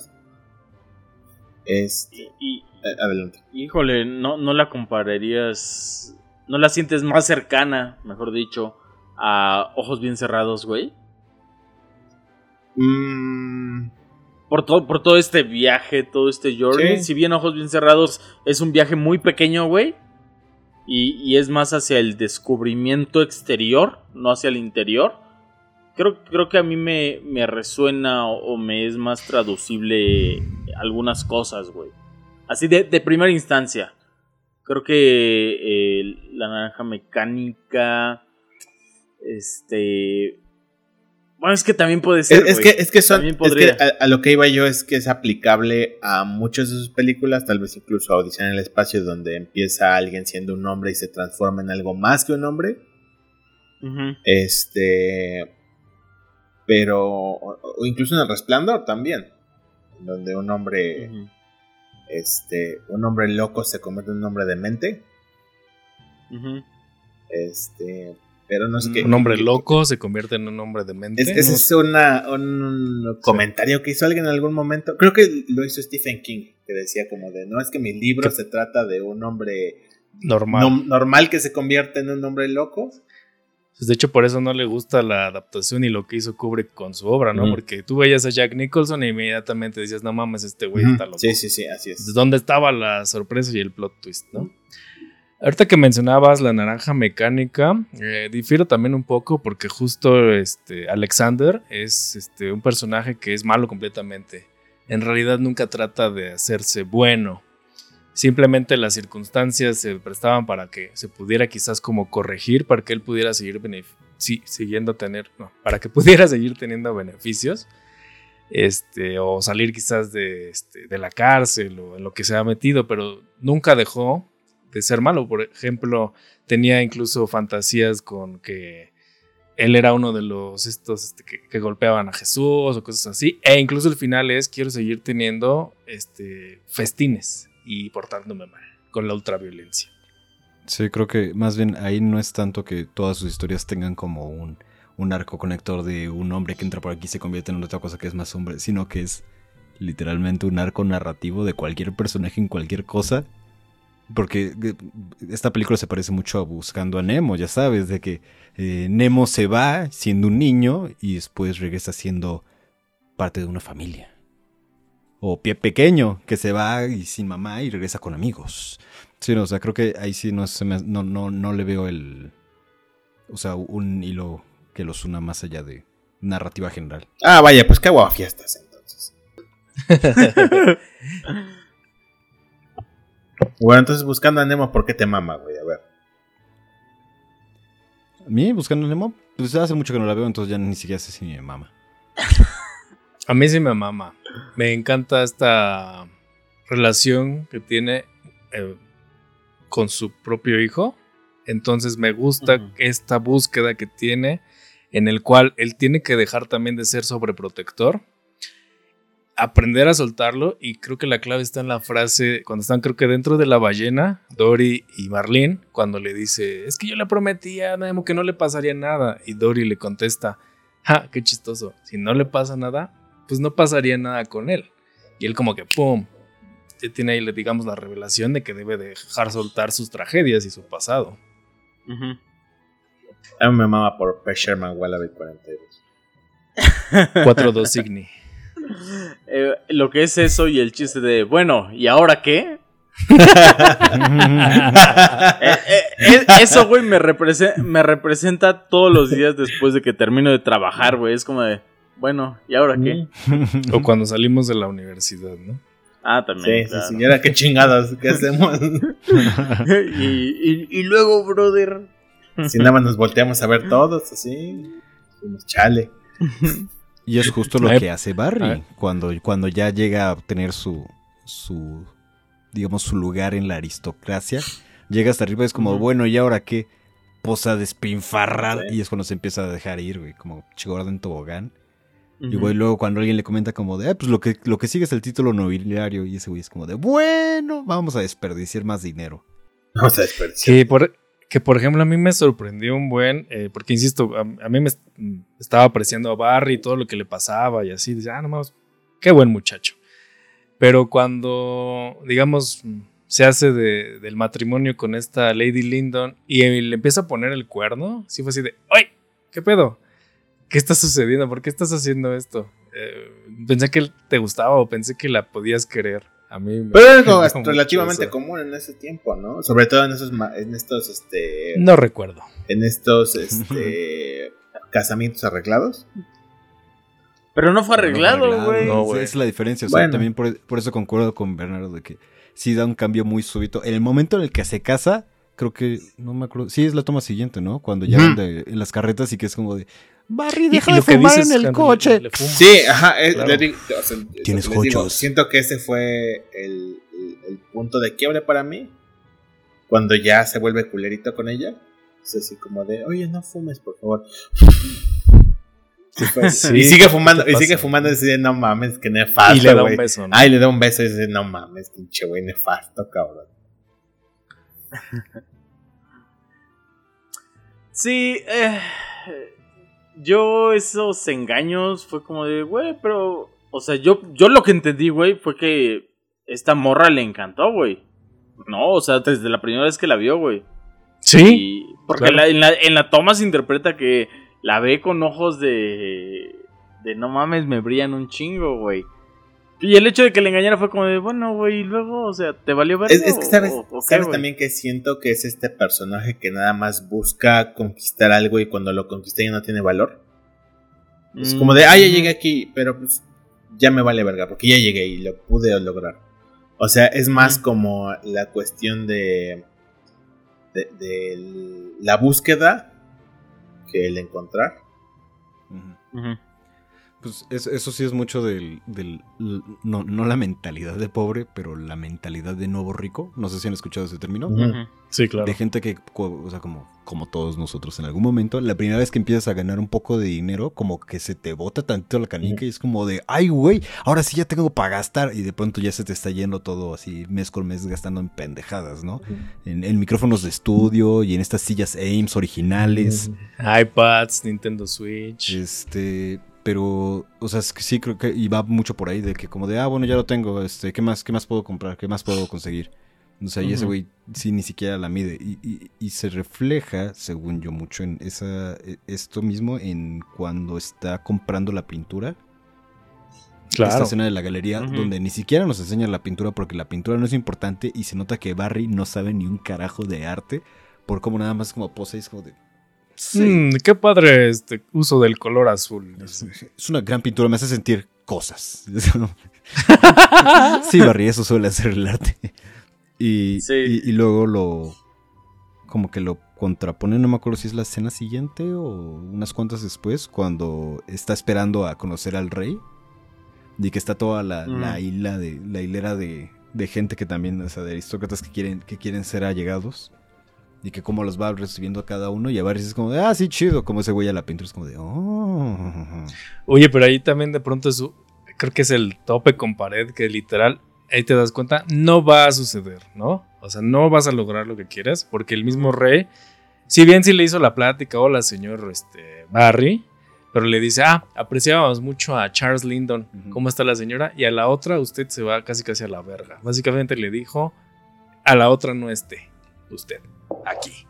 Adelante. Híjole, no la compararías, no la sientes más cercana, mejor dicho, a Ojos Bien Cerrados, güey. Por todo este viaje, todo este journey. Sí. Si bien Ojos Bien Cerrados es un viaje muy pequeño, güey, y es más hacia el descubrimiento exterior, no hacia el interior. Creo que a mí me resuena o me es más traducible algunas cosas, güey. Así de primera instancia. Creo que La Naranja Mecánica, bueno, es que también puede ser. Es que a lo que iba yo es que es aplicable a muchas de sus películas, tal vez incluso a Odisea en el Espacio, donde empieza alguien siendo un hombre y se transforma en algo más que un hombre. Uh-huh. Pero o incluso en El Resplandor también, donde un hombre, uh-huh, un hombre loco se convierte en un hombre demente. Uh-huh. Pero no sé qué. Un hombre loco se convierte en un hombre demente. Ese es un comentario que hizo alguien en algún momento. Creo que lo hizo Stephen King, que decía como de, no es que mi libro se trata de un hombre normal que se convierte en un hombre loco. Pues de hecho, por eso no le gusta la adaptación y lo que hizo Kubrick con su obra, ¿no? Uh-huh. Porque tú veías a Jack Nicholson e inmediatamente decías, no mames, este güey, uh-huh, está loco. Sí, así es. ¿Dónde estaba la sorpresa y el plot twist, no? Ahorita que mencionabas la naranja mecánica, difiero también un poco porque justo Alexander es un personaje que es malo completamente. En realidad nunca trata de hacerse bueno. Simplemente las circunstancias se prestaban para que se pudiera quizás como corregir, para que él pudiera seguir para que pudiera seguir teniendo beneficios. O salir quizás de la cárcel o en lo que se ha metido, pero nunca dejó de ser malo. Por ejemplo, tenía incluso fantasías con que él era uno de los que golpeaban a Jesús o cosas así, e incluso el final es: quiero seguir teniendo festines y portándome mal con la ultraviolencia. Sí, creo que más bien ahí no es tanto que todas sus historias tengan como un arco conector de un hombre que entra por aquí y se convierte en otra cosa que es más hombre, sino que es literalmente un arco narrativo de cualquier personaje en cualquier cosa. Porque esta película se parece mucho a Buscando a Nemo, ya sabes, de que Nemo se va siendo un niño y después regresa siendo parte de una familia. O Pie Pequeño, que se va y sin mamá y regresa con amigos. Sí, no, o sea, creo que ahí sí no le veo un hilo que los una más allá de narrativa general. Ah, vaya, pues qué aguafiestas entonces. Bueno, entonces Buscando a Nemo, ¿por qué te mama, güey? A ver. ¿A mí, Buscando a Nemo? Pues hace mucho que no la veo, entonces ya ni siquiera sé si me mama. A mí sí me mama. Me encanta esta relación que tiene con su propio hijo. Entonces me gusta esta búsqueda que tiene, en el cual él tiene que dejar también de ser sobreprotector, aprender a soltarlo, y creo que la clave está en la frase cuando están, creo que dentro de la ballena, Dory y Marlene, cuando le dice: es que yo le prometí a Nemo que no le pasaría nada, y Dory le contesta: ¡ja, qué chistoso! Si no le pasa nada, pues no pasaría nada con él. Y él como que ¡pum! Ya tiene ahí, digamos, la revelación de que debe dejar soltar sus tragedias y su pasado. A mí me mama por P. Sherman Wallaby 42. 4-2 Signy. Lo que es eso y el chiste de, bueno, ¿y ahora qué? Eso, güey, me representa todos los días después de que termino de trabajar, güey. Es como de, bueno, ¿y ahora qué? O cuando salimos de la universidad, ¿no? Ah, también. Sí, claro. Sí, señora, qué chingados, ¿qué hacemos? y luego, brother. Si nada más nos volteamos a ver todos, así, chale. Y es justo lo que hace Barry cuando ya llega a obtener su digamos, su lugar en la aristocracia. Llega hasta arriba y es como, bueno, ¿y ahora qué? Posa despinfarrar. Sí. Y es cuando se empieza a dejar ir, güey, como chigorda en tobogán. Y güey, luego cuando alguien le comenta como de, pues lo que sigue es el título nobiliario. Y ese güey es como de, bueno, vamos a desperdiciar más dinero. Vamos a desperdiciar. Que por ejemplo a mí me sorprendió un buen, porque insisto, a mí me estaba apreciando a Barry y todo lo que le pasaba y así, dice, nomás, qué buen muchacho. Pero cuando, digamos, se hace del matrimonio con esta Lady Lyndon y le empieza a poner el cuerno, sí fue así de, ¡ay! ¿Qué pedo? ¿Qué está sucediendo? ¿Por qué estás haciendo esto? Pensé que te gustaba o pensé que la podías querer. A mí pero es relativamente común en ese tiempo, ¿no? Sobre todo en estos no recuerdo. En estos casamientos arreglados. Pero no fue arreglado, güey. No, güey. Es la diferencia. O sea, también por eso concuerdo con Bernardo de que sí da un cambio muy súbito. En el momento en el que se casa, creo que, no me acuerdo, sí es la toma siguiente, ¿no? Cuando ya van en las carretas y que es como de, Barry, deja de fumar en el coche. Sí, ajá. Claro. Tienes jochos. Siento que ese fue el punto de quiebre para mí. Cuando ya se vuelve culerito con ella. Es así como de, oye, no fumes, por favor. Sí, y sigue fumando, y dice, no mames, que nefasto. Y le da un beso, ¿no? Ah, y le da un beso y dice, no mames, pinche güey, nefasto, cabrón. Sí, yo esos engaños fue como de, güey, pero, o sea, yo lo que entendí, güey, fue que esta morra le encantó, güey. No, o sea, desde la primera vez que la vio, güey. Sí. Porque claro. en la toma se interpreta que la ve con ojos de no mames, me brillan un chingo, güey. Y el hecho de que le engañara fue como de, bueno, güey, y luego, o sea, ¿te valió ver? Es que sabes, ¿sabes también que siento que es este personaje que nada más busca conquistar algo y cuando lo conquista ya no tiene valor. Es como de, ya llegué aquí, pero pues ya me vale verga, porque ya llegué y lo pude lograr. O sea, es más como la cuestión de la búsqueda que el encontrar. Pues eso sí es mucho no la mentalidad de pobre, pero la mentalidad de nuevo rico. No sé si han escuchado ese término. Sí, claro. De gente que, o sea, como todos nosotros en algún momento, la primera vez que empiezas a ganar un poco de dinero, como que se te bota tantito la canica y es como de, ay, güey, ahora sí ya tengo para gastar. Y de pronto ya se te está yendo todo así mes con mes gastando en pendejadas, ¿no? En micrófonos de estudio y en estas sillas Ames originales. iPads, Nintendo Switch. Pero, o sea, es que sí creo que y va mucho por ahí de que como de, bueno, ya lo tengo, ¿qué más puedo comprar? ¿Qué más puedo conseguir? O sea, y ese güey sí ni siquiera la mide. Y se refleja, según yo, mucho en esto mismo, en cuando está comprando la pintura. Claro. Esta escena de la galería, donde ni siquiera nos enseñan la pintura porque la pintura no es importante y se nota que Barry no sabe ni un carajo de arte por como nada más como posa y es como de... Sí. Qué padre uso del color azul. Es una gran pintura, me hace sentir cosas. Sí, Barry, eso suele hacer el arte. Y luego como que lo contrapone, no me acuerdo si es la escena siguiente o unas cuantas después, cuando está esperando a conocer al rey. Y que está toda la hilera de gente que también, o sea, de aristócratas que quieren ser allegados. Y que como los va recibiendo a cada uno. Y a veces es como de, sí, chido. Como ese güey a la pintura es como de, Oye, pero ahí también de pronto creo que es el tope con pared. Que literal, ahí te das cuenta, no va a suceder, ¿no? O sea, no vas a lograr lo que quieras. Porque el mismo rey, si bien sí le hizo la plática, hola señor Barry, pero le dice, apreciábamos mucho a Charles Lyndon. ¿Cómo está la señora? Y a la otra usted se va casi a la verga. Básicamente le dijo, a la otra no esté usted aquí.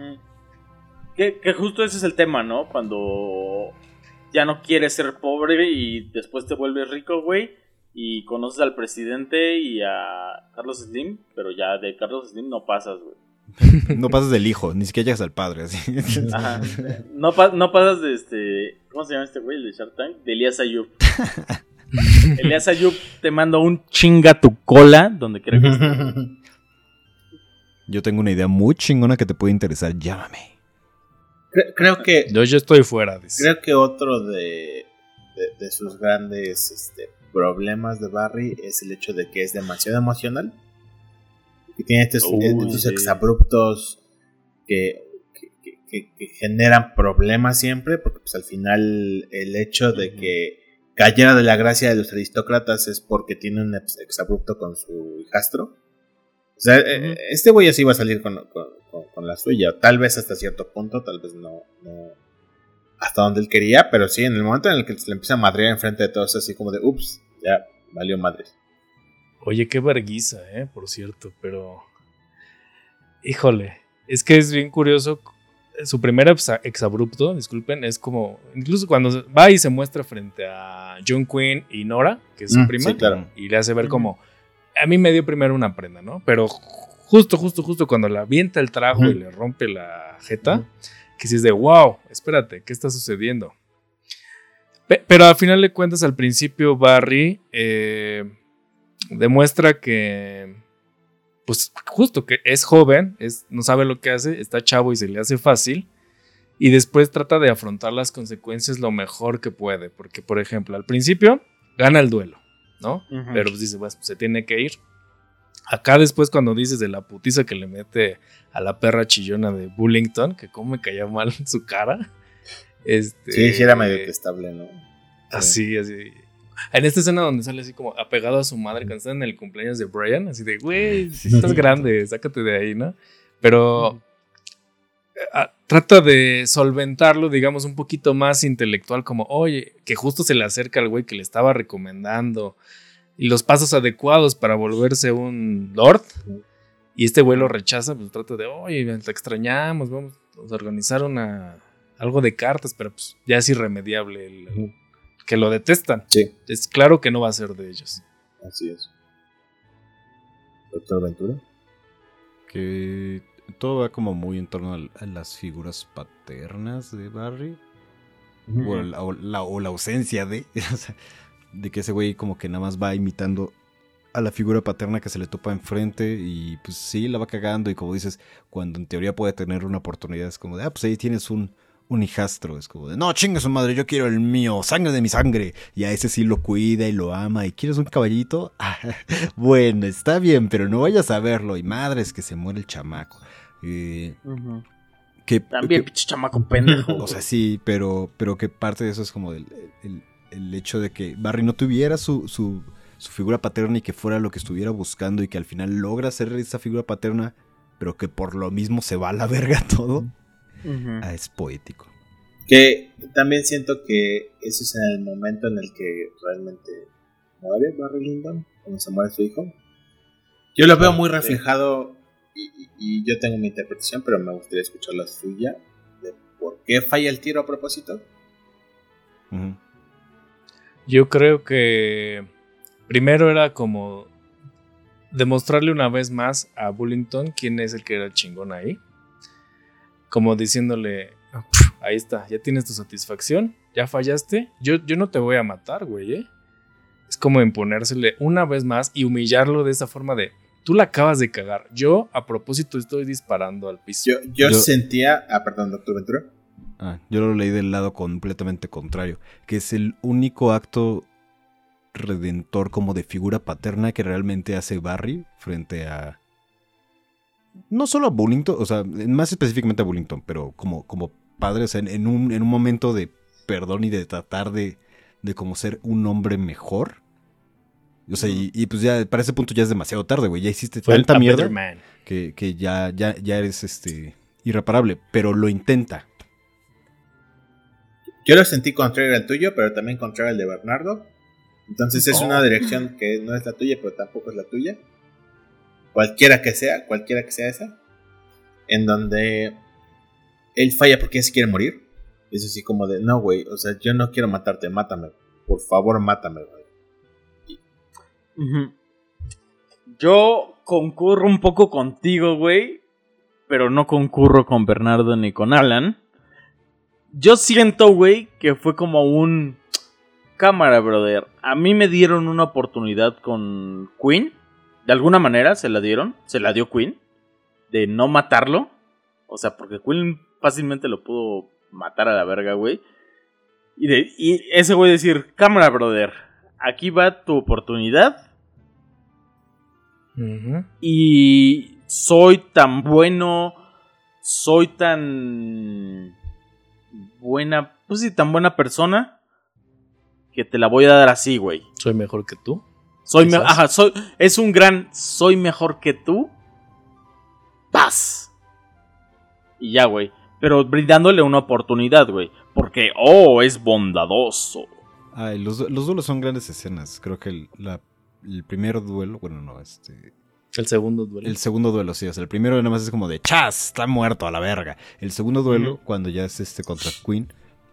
Que justo ese es el tema, ¿no? Cuando ya no quieres ser pobre y después te vuelves rico, güey, y conoces al presidente y a Carlos Slim, pero ya de Carlos Slim no pasas, güey. No pasas del hijo, ni siquiera llegas al padre, así. Ajá. No pasas de ¿cómo se llama este güey? El de Shark Tank, de Elías Ayub. Elías Ayub te manda un chinga tu cola donde quiera que esté. Yo tengo una idea muy chingona que te puede interesar. Llámame. Creo que... Yo estoy fuera. Dice. Creo que otro de sus grandes problemas de Barry es el hecho de que es demasiado emocional. Que tiene estos exabruptos que generan problemas siempre. Porque pues al final el hecho de que cayera de la gracia de los aristócratas es porque tiene un exabrupto con su hijastro. O sea, este güey así va a salir con la suya. Tal vez hasta cierto punto, tal vez no hasta donde él quería, pero sí, en el momento en el que se le empieza a madrear enfrente de todos, así como de, ups, ya valió madres. Oye, qué verguiza, por cierto, pero... Híjole, es que es bien curioso. Su primer exabrupto, disculpen, es como... Incluso cuando va y se muestra frente a John Quinn y Nora, que es su prima, sí, claro. Y le hace ver como... A mí me dio primero una prenda, ¿no? Pero justo cuando le avienta el trago y le rompe la jeta, que sí es de, wow, espérate, ¿qué está sucediendo? Pero al final de cuentas, al principio Barry demuestra que, pues justo que es joven, no sabe lo que hace, está chavo y se le hace fácil, y después trata de afrontar las consecuencias lo mejor que puede, porque por ejemplo, al principio gana el duelo, ¿no? Pero pues dice, pues se tiene que ir. Acá después cuando dices de la putiza que le mete a la perra chillona de Bullington, que cómo me caía mal su cara. Sí, era medio detestable, ¿no? Así. En esta escena donde sale así como apegado a su madre cuando está en el cumpleaños de Brian, así de, güey, estás grande, sácate de ahí, ¿no? Pero trata de solventarlo, digamos, un poquito más intelectual, como, oye, que justo se le acerca al güey que le estaba recomendando y los pasos adecuados para volverse un lord, y este güey lo rechaza, pues trata de, oye, te extrañamos, vamos a organizar algo de cartas, pero pues ya es irremediable que lo detestan. Sí. Es claro que no va a ser de ellos. Así es. Doctor Ventura. Que todo va como muy en torno a las figuras paternas de Barry. O la ausencia de. O sea, de que ese güey como que nada más va imitando a la figura paterna que se le topa enfrente y pues sí, la va cagando y como dices, cuando en teoría puede tener una oportunidad es como de, pues ahí tienes un hijastro, es como de, no, chinga su madre, yo quiero el mío, sangre de mi sangre, y a ese sí lo cuida y lo ama, y ¿quieres un caballito? Bueno, está bien, pero no vayas a verlo, y madres que se muere el chamaco. También, pinche chamaco pendejo. O sea, sí, pero que parte de eso es como el hecho de que Barry no tuviera su figura paterna y que fuera lo que estuviera buscando y que al final logra ser esa figura paterna, pero que por lo mismo se va a la verga todo. Es poético. Que también siento que ese es el momento en el que realmente muere Barry Lyndon, cuando se muere su hijo. Yo lo veo muy reflejado y yo tengo mi interpretación, pero me gustaría escuchar la suya de por qué falla el tiro a propósito. Yo creo que primero era como demostrarle una vez más a Bullington quién es el que era el chingón ahí. Como diciéndole, ahí está, ya tienes tu satisfacción, ya fallaste, yo no te voy a matar, güey, Es como imponérsele una vez más y humillarlo de esa forma de, tú la acabas de cagar, yo a propósito estoy disparando al piso. Yo sentía, perdón, doctor Ventura. Yo lo leí del lado completamente contrario, que es el único acto redentor como de figura paterna que realmente hace Barry frente a... No solo a Bullington, o sea, más específicamente a Bullington, pero como padre, o sea, en un momento de perdón y de tratar de como ser un hombre mejor. O sea, y pues ya para ese punto ya es demasiado tarde, güey. Ya hiciste tanta mierda que ya eres irreparable, pero lo intenta. Yo lo sentí contrario al tuyo, pero también contrario al de Bernardo. Entonces es una dirección que no es la tuya, pero tampoco es la tuya. Cualquiera que sea esa. En donde él falla porque se quiere morir. Es así como de, no, güey, o sea, yo no quiero matarte, mátame. Por favor, mátame, güey. Yo concurro un poco contigo, güey, pero no concurro con Bernardo ni con Alan. Yo siento, güey, que fue como un... Cámara, brother. A mí me dieron una oportunidad con Quinn. De alguna manera se la dio Quinn. De no matarlo. O sea, porque Quinn fácilmente lo pudo matar a la verga, güey. Y ese güey decir, cámara, brother, aquí va tu oportunidad. Y soy tan bueno, soy tan buena, pues sí, tan buena persona que te la voy a dar así, güey. ¿Soy mejor que tú? Es un gran soy mejor que tú. Paz. Y ya, güey. Pero brindándole una oportunidad, güey. Porque, es bondadoso. Ay, los duelos son grandes escenas. Creo que el primer duelo, bueno, no, El segundo duelo. El segundo duelo, sí. O sea, el primero nada más es como de ¡chas! Está muerto a la verga. El segundo duelo, cuando ya es contra Quinn,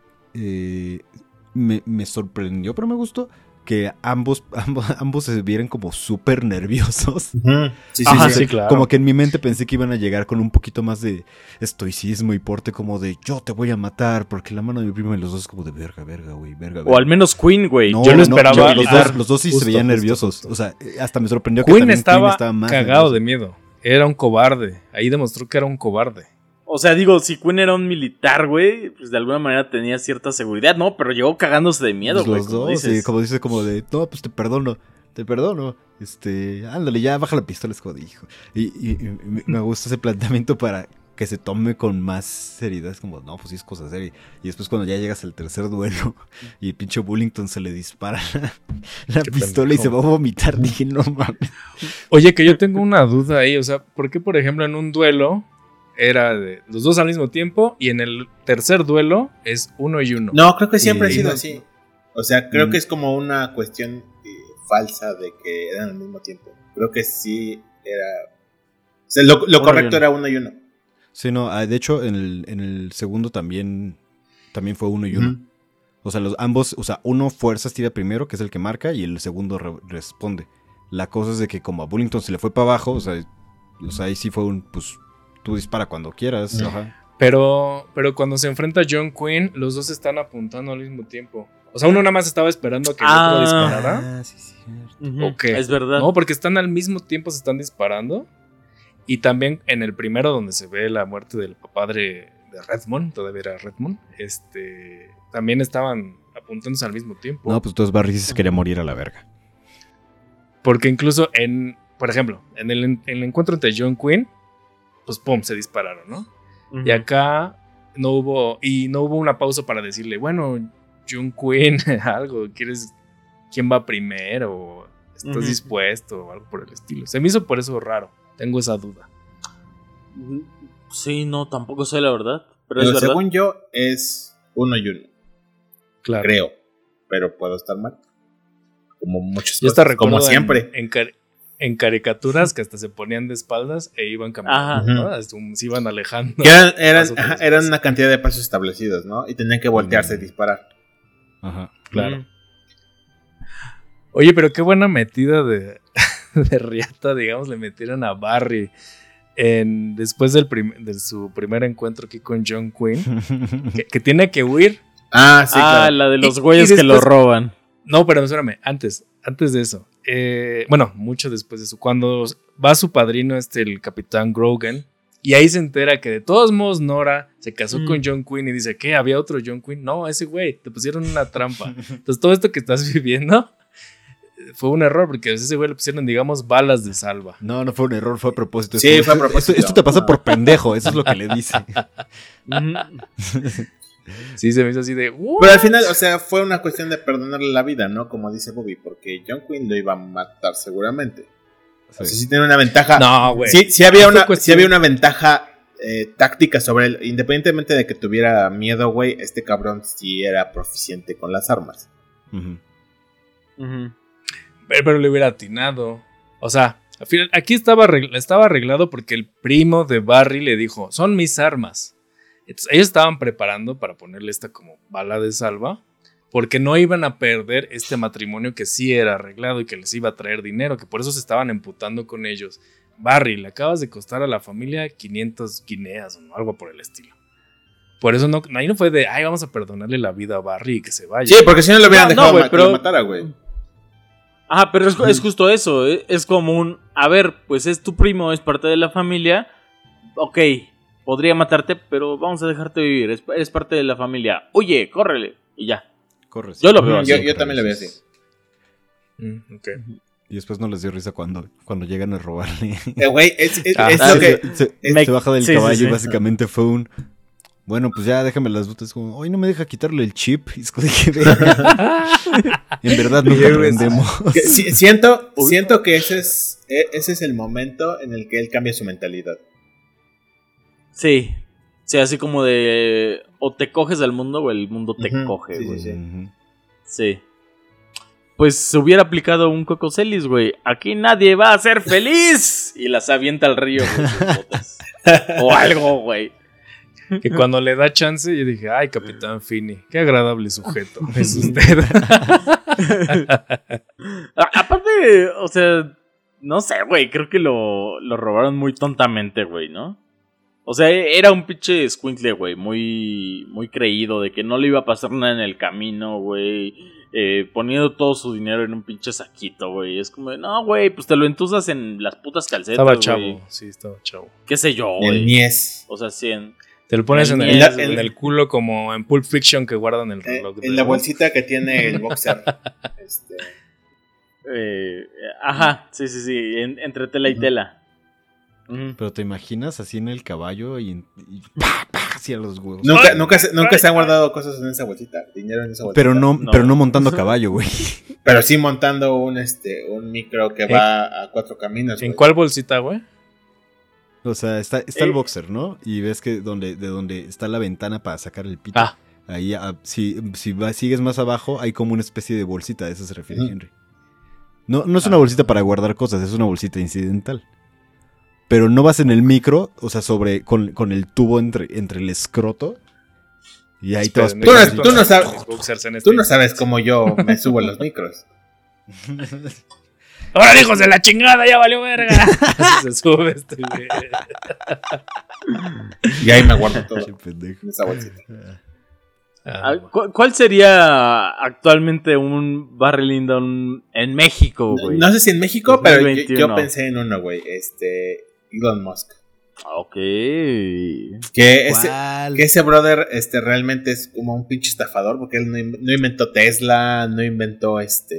me sorprendió, pero me gustó que ambos se vieran como súper nerviosos. Sí, claro. Como que en mi mente pensé que iban a llegar con un poquito más de estoicismo y porte como de yo te voy a matar, porque la mano de mi primo y los dos es como de verga, güey, verga. O al menos Quinn, güey. No, yo lo esperaba. Los dos sí se veían nerviosos. Justo. O sea, hasta me sorprendió que Quinn también estaba Quinn estaba más cagado nervioso. de miedo. Era un cobarde. Ahí demostró que era un cobarde. O sea, digo, si Quinn era un militar, güey, pues de alguna manera tenía cierta seguridad, ¿no? Pero llegó cagándose de miedo, güey. Los dos, sí, como dices, como de, no, pues te perdono. Ándale, ya baja la pistola, es como de hijo. Y me gusta ese planteamiento para que se tome con más seriedad. Es como, no, pues sí es cosa seria. Y después cuando ya llegas al tercer duelo y el pinche Bullington se le dispara la pistola pendejo. Y se va a vomitar, dije, no mames. Oye, que yo tengo una duda ahí, o sea, ¿por qué, por ejemplo, en un duelo era de los dos al mismo tiempo y en el tercer duelo es 1 y 1? No, creo que siempre ha sido así. O sea, creo que es como una cuestión falsa de que eran al mismo tiempo. Creo que sí era... O sea, lo correcto era 1 y 1. Sí, no, de hecho en el segundo también fue 1 y 1. O sea, ambos, o sea, uno fuerzas tira primero, que es el que marca, y el segundo responde. La cosa es de que como a Bullington se le fue para abajo, o sea, ahí sí fue pues, tú dispara cuando quieras. Ajá. Pero cuando se enfrenta a John Quinn, los dos están apuntando al mismo tiempo. O sea, uno nada más estaba esperando a que el otro disparara. Sí, sí. ¿O qué? Es verdad. No, porque están al mismo tiempo, se están disparando. Y también en el primero, donde se ve la muerte del papá de Redmond, todavía era Redmond, también estaban apuntándose al mismo tiempo. No, pues entonces Barry sí se quería morir a la verga. Porque incluso por ejemplo, en el encuentro entre John Quinn, pues pum, se dispararon, ¿no? Y acá no hubo una pausa para decirle, bueno, John Quinn, algo, ¿quién va primero? ¿Estás dispuesto? O algo por el estilo. Se me hizo por eso raro. Tengo esa duda. Sí, no, tampoco sé la verdad. Pero es verdad. Según yo, es 1 y 1. Claro. Creo. Pero puedo estar mal. Como muchas Yo cosas. Como siempre. En caricaturas que hasta se ponían de espaldas e iban caminando, ¿no? Se iban alejando. Eran una cantidad de pasos establecidos, ¿no? Y tenían que voltearse y disparar. Ajá. Claro. Oye, pero qué buena metida de riata, digamos, le metieron a Barry después de su primer encuentro aquí con John Quinn, que tiene que huir. Ah, sí, claro. La de los güeyes que lo roban. No, pero espérame, antes de eso. Bueno, mucho después de eso. Cuando va su padrino, el capitán Grogan, y ahí se entera que de todos modos Nora se casó con John Quinn y dice, ¿qué? ¿Había otro John Quinn? No, ese güey, te pusieron una trampa. Entonces todo esto que estás viviendo fue un error, porque a ese güey le pusieron, digamos, balas de salva. No fue un error, fue a propósito. Sí, fue a propósito. Esto te pasa por pendejo, eso es lo que le dice. Sí, se me hizo así de... ¿what? Pero al final, o sea, fue una cuestión de perdonarle la vida, ¿no? Como dice Bobby, porque John Quinn lo iba a matar seguramente. O sea, sí tiene una ventaja. No, güey. Sí había una ventaja táctica sobre él. Independientemente de que tuviera miedo, güey, este cabrón sí era proficiente con las armas. Pero le hubiera atinado. O sea, al final, aquí estaba arreglado porque el primo de Barry le dijo, son mis armas. Entonces, ellos estaban preparando para ponerle esta como bala de salva, porque no iban a perder este matrimonio que sí era arreglado y que les iba a traer dinero, que por eso se estaban emputando con ellos. Barry, le acabas de costar a la familia 500 guineas o algo por el estilo. Por eso ahí no fue de, vamos a perdonarle la vida a Barry y que se vaya. Sí, porque si no lo hubieran dejado güey, que lo matara, güey. Ajá, pero es justo eso. Es como a ver, pues es tu primo, es parte de la familia. Ok, podría matarte, pero vamos a dejarte vivir. Eres parte de la familia. Oye, córrele. Y ya. Corre. Yo lo veo así. Yo también lo veo así. Okay. Y después no les dio risa cuando llegan a robarle. Güey, es lo que... Se baja del caballo y básicamente fue un... Bueno, pues ya déjame las botas. Como, hoy no me deja quitarle el chip. Y es como de que en verdad no aprendemos. Siento que ese es el momento en el que él cambia su mentalidad. Sí. Sí, así como de... O te coges al mundo o el mundo te coge, güey. Sí. Pues se hubiera aplicado un Coco Celis, güey. Aquí nadie va a ser feliz. Y las avienta al río con sus botas. O algo, güey. Que cuando le da chance, yo dije, ay, Capitán Finney, qué agradable sujeto es usted. Aparte, o sea, no sé, güey, creo que lo robaron muy tontamente, güey, ¿no? O sea, era un pinche escuincle, güey, muy, muy creído de que no le iba a pasar nada en el camino, güey. Poniendo todo su dinero en un pinche saquito, güey. Es como, no, güey, pues te lo entusas en las putas calcetas, estaba chavo, güey. Sí, estaba chavo. Qué sé yo, güey. El Nies. O sea, sí. Te lo pones en el culo como en Pulp Fiction que guardan el reloj. En la bolsita que tiene el boxer. Ajá, sí. Entre tela y tela. Pero te imaginas así en el caballo y hacia los huevos. Nunca se han guardado cosas en esa bolsita, dinero en esa bolsita. Pero no montando a caballo, güey. Pero sí montando un micro que va a 4 caminos. ¿En cuál bolsita, güey? O sea, está el boxer, ¿no? Y ves que de donde está la ventana para sacar el pito. Ahí, si sigues más abajo, hay como una especie de bolsita, a eso se refiere Henry. No es una bolsita para guardar cosas, es una bolsita incidental. Pero no vas en el micro, o sea, con el tubo entre el escroto. Y ahí te vas pegando. Tú no sabes cómo yo me subo a los micros. ¡Ahora, hijos de la chingada! ¡Ya valió verga! Así se sube este güey. Y ahí me guardo todo. Qué pendejo. En esa bolsita. ¿Cuál sería actualmente un Barry Lyndon en México, güey? No sé si en México, pero 2021. yo pensé en uno, güey. Elon Musk. Ok. Que ese brother realmente es como un pinche estafador, porque él no inventó Tesla, no inventó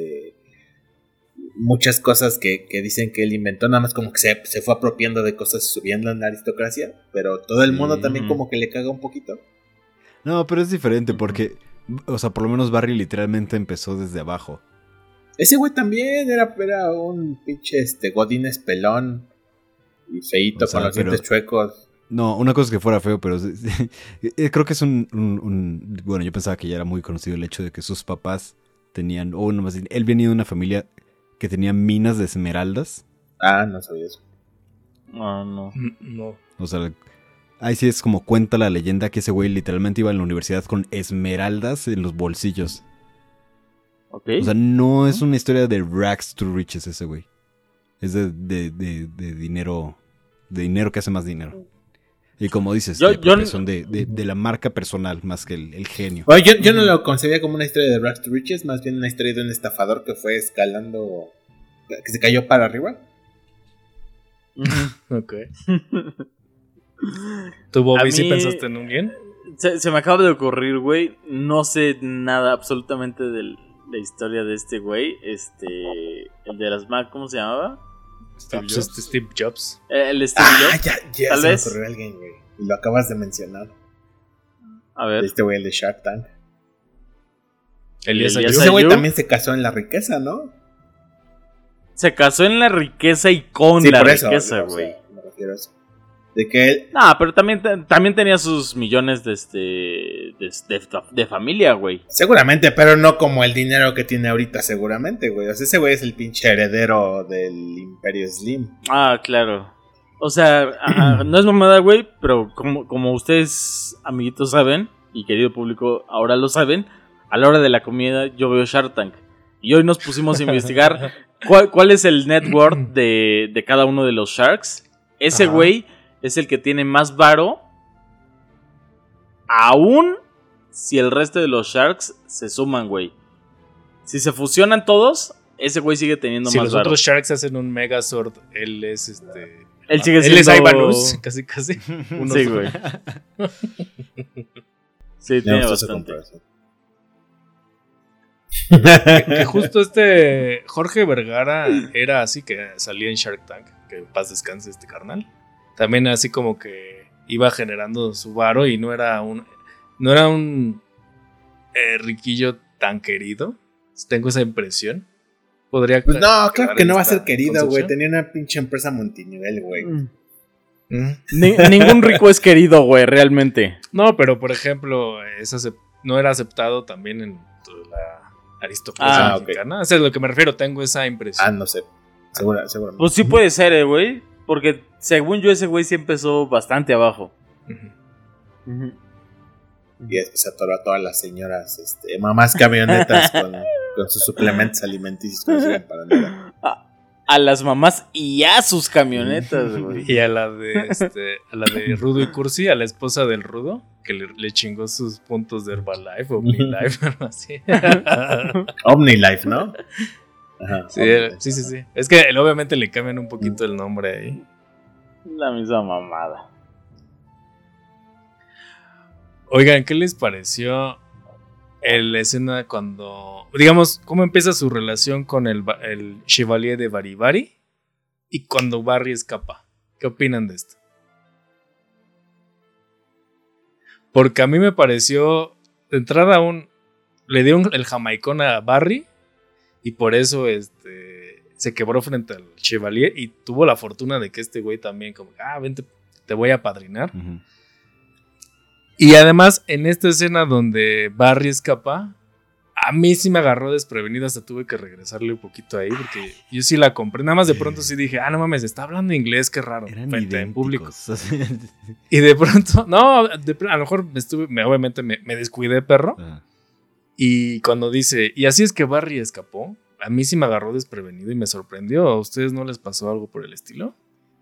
muchas cosas que dicen que él inventó, nada más como que se fue apropiando de cosas subiendo en la aristocracia, pero todo el mundo también como que le caga un poquito. No, pero es diferente porque, o sea, por lo menos Barry literalmente empezó desde abajo. Ese güey también era un pinche godines pelón y feíto, o sea, con los dientes chuecos. No, una cosa es que fuera feo, pero creo que es bueno, yo pensaba que ya era muy conocido el hecho de que sus papás tenían, o no más bien, él venía de una familia que tenía minas de esmeraldas. Ah, no sabía eso. No. O sea, ahí sí es como cuenta la leyenda que ese güey literalmente iba a la universidad con esmeraldas en los bolsillos. Ok. O sea, no es una historia de rags to riches ese güey. Es de dinero, de dinero que hace más dinero. Y como dices, son de la marca personal más que el genio. Oye, yo no lo concebía como una historia de rags to riches, más bien una historia de un estafador que fue escalando, que se cayó para arriba. Ok. ¿Tú, Bobby, sí pensaste en un guión? Se me acaba de ocurrir, güey. No sé nada absolutamente de la historia de este güey. El de las Mac, ¿cómo se llamaba? Steve Jobs. El de Steve Jobs. Ya Tal se me vez. ocurrió alguien, güey. Y lo acabas de mencionar. A ver. Este güey, el de Shark Tank. Elías Ese güey también se casó en la riqueza, ¿no? Se casó en la riqueza y con la riqueza, güey. Me refiero a eso. De que él... No, pero también tenía sus millones de familia, güey. Seguramente, pero no como el dinero que tiene ahorita, seguramente, güey. O sea, ese güey es el pinche heredero del Imperio Slim. Ah, claro. O sea, no es mamada, güey, pero como ustedes, amiguitos, saben, y querido público, ahora lo saben, a la hora de la comida yo veo Shark Tank. Y hoy nos pusimos a investigar cuál es el net worth de cada uno de los Sharks. Ese güey es el que tiene más varo, aún si el resto de los Sharks se suman, güey. Si se fusionan todos, ese güey sigue teniendo más varo. Si los otros Sharks hacen un Megazord, él es Él sigue siendo... Él es Ivanus, casi. Sí, güey. Sí, tiene bastante. Que justo Jorge Vergara era así, que salía en Shark Tank, que en paz descanse este carnal. También así como que iba generando su varo y no era un riquillo tan querido. Tengo esa impresión. Podría pues no, claro que no va a ser querido, güey. Tenía una pinche empresa multinivel, güey. Ningún rico es querido, güey, realmente. No, pero por ejemplo, no era aceptado también en la aristocracia mexicana. Okay. Eso es a lo que me refiero, tengo esa impresión. No sé. Seguramente. Pues sí puede ser, güey. Porque según yo, ese güey sí empezó bastante abajo. Y después se atoró a todas las señoras, mamás camionetas con sus suplementos alimenticios que no sirven para nada. A las mamás y a sus camionetas, güey. Y a la de Rudo y Cursi, a la esposa del Rudo, que le chingó sus puntos de Herbalife o OmniLife, algo así. OmniLife, ¿no? Ajá, sí. Es que obviamente le cambian un poquito el nombre ahí. La misma mamada. Oigan, ¿qué les pareció la escena cuando... Digamos, cómo empieza su relación con el Chevalier de Bari y cuando Barry escapa? ¿Qué opinan de esto? Porque a mí me pareció... De entrada le dio el jamaicón a Barry y por eso se quebró frente al Chevalier y tuvo la fortuna de que este güey también como... vente, te voy a padrinar. Uh-huh. Y además, en esta escena donde Barry escapa, a mí sí me agarró desprevenido, hasta tuve que regresarle un poquito ahí, porque yo sí la compré. Nada más de pronto sí dije, no mames, está hablando inglés, qué raro. Eran en público. Y de pronto, a lo mejor obviamente me descuidé, perro. Y cuando dice, y así es que Barry escapó, a mí sí me agarró desprevenido y me sorprendió. ¿A ustedes no les pasó algo por el estilo?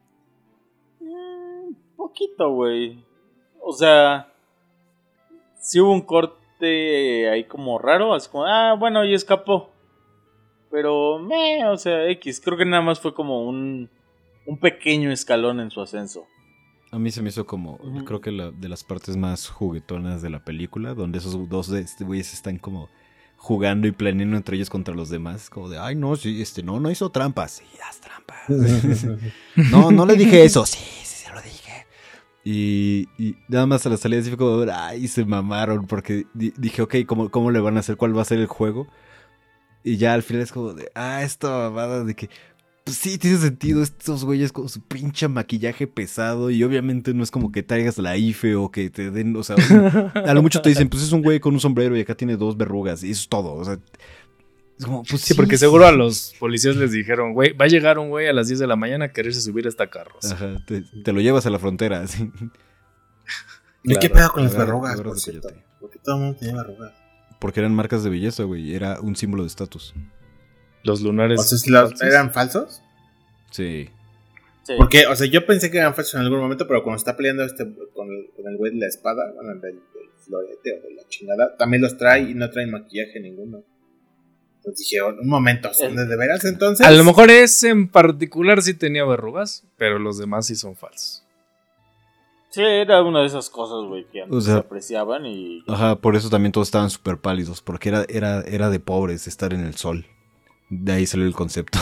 Poquito, güey. O sea, sí hubo un corte ahí como raro, así como, bueno, y escapó. Pero, o sea, X, creo que nada más fue como un pequeño escalón en su ascenso. A mí se me hizo como, creo que de las partes más juguetonas de la película, donde esos dos güeyes están como jugando y planeando entre ellos contra los demás, como de, ay, no, sí, no hizo trampas. Sí, haz trampas. No le dije eso. Sí, se lo dije. Y nada más a la salida fue como, ay, se mamaron, porque dije, ok, ¿cómo le van a hacer? ¿Cuál va a ser el juego? Y ya al final es como de, esta mamada de que, pues sí, tiene sentido, estos güeyes con su pinche maquillaje pesado, y obviamente no es como que traigas la IFE o que te den, o sea, a lo mucho te dicen, pues es un güey con un sombrero y acá tiene 2 verrugas, y eso es todo, o sea, es como, pues sí, porque seguro a los policías les dijeron, güey, va a llegar un güey a las 10 de la mañana a quererse subir a esta carroza. Ajá, te lo llevas a la frontera, así. ¿Y qué pedo con las verrugas, por cierto? Porque todo el mundo tenía verrugas. Porque eran marcas de belleza, güey, era un símbolo de estatus. Los lunares. O sea, ¿eran falsos? Sí. Porque, o sea, yo pensé que eran falsos en algún momento, pero cuando está peleando con el güey de la espada, bueno, del florete o de la chingada, también los trae y no traen maquillaje ninguno. Entonces dije, un momento, ¿son de veras entonces? A lo mejor ese en particular sí tenía verrugas, pero los demás sí son falsos. Sí, era una de esas cosas, güey, que antes se apreciaban y... Ajá, por eso también todos estaban súper pálidos, porque era de pobres estar en el sol. De ahí salió el concepto.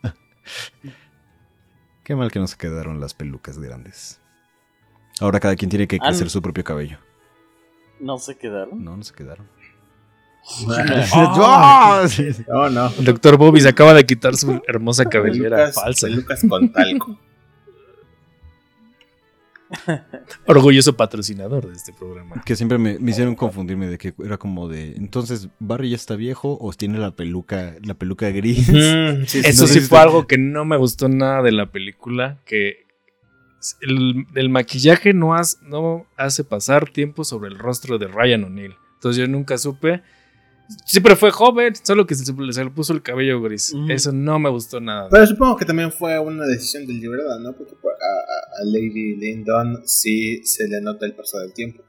Qué mal que no se quedaron las pelucas grandes. Ahora cada quien tiene que crecer su propio cabello. ¿No se quedaron? No se quedaron. No. El doctor Bobby se acaba de quitar su hermosa cabellera falsa. Pelucas con talco. Orgulloso patrocinador de este programa. Que siempre me hicieron confundirme de que era como de, entonces Barry ya está viejo o tiene la peluca gris. Eso sí fue algo que no me gustó nada de la película, que el maquillaje no hace pasar tiempo sobre el rostro de Ryan O'Neal. Entonces yo nunca supe. Siempre fue joven, solo que se le puso el cabello gris. Eso no me gustó nada. Pero supongo que también fue una decisión deliberada, ¿no? Porque a Lady Lyndon sí se le nota el paso del tiempo.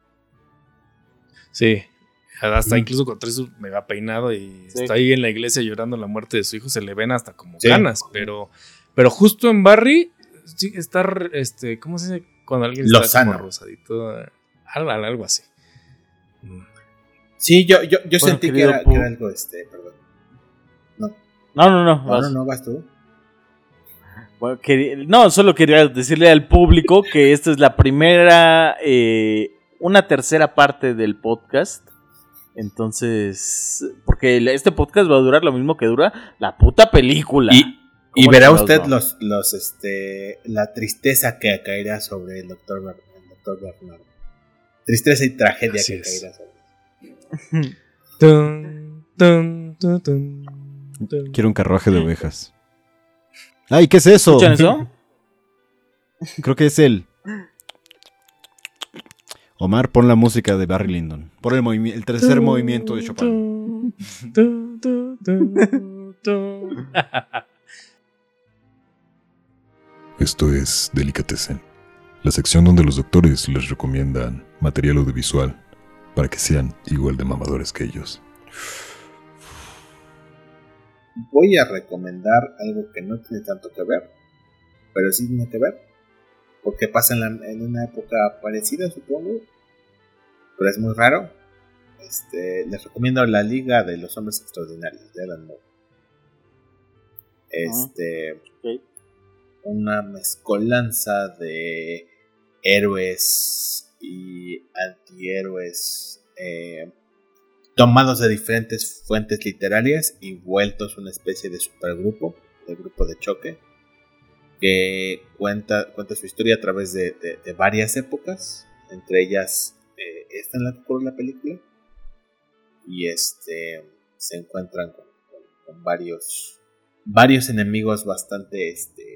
Sí, hasta incluso cuando trae su mega peinado y está ahí en la iglesia llorando la muerte de su hijo, se le ven hasta como canas. Pero justo en Barry, sí, está, ¿cómo se dice? Cuando alguien está como rosadito, algo así. Sí, yo sentí que era algo, perdón. No, vas tú. Bueno, solo quería decirle al público que esta es la primera, una tercera parte del podcast. Entonces, porque este podcast va a durar lo mismo que dura la puta película. Y verá usted la tristeza que caerá sobre el doctor Bernardo. Tristeza y tragedia que caerá sobre él. Quiero un carruaje de ovejas. ¡Ay, qué es eso! ¿Escuchan eso? Creo que es él. Omar, pon la música de Barry Lyndon. Pon el tercer movimiento de Chopin. Esto es Delicatessen, la sección donde los doctores les recomiendan material audiovisual para que sean igual de mamadores que ellos. Voy a recomendar algo que no tiene tanto que ver, pero sí tiene que ver, porque pasa en una época parecida, supongo, pero es muy raro. Les recomiendo La Liga de los Hombres Extraordinarios de Alan Moore. Una mezcolanza de héroes y antihéroes tomados de diferentes fuentes literarias y vueltos una especie de supergrupo, de grupo de choque, que cuenta su historia a través de varias épocas, entre ellas esta en la que ocurre la película, y se encuentran con varios enemigos bastante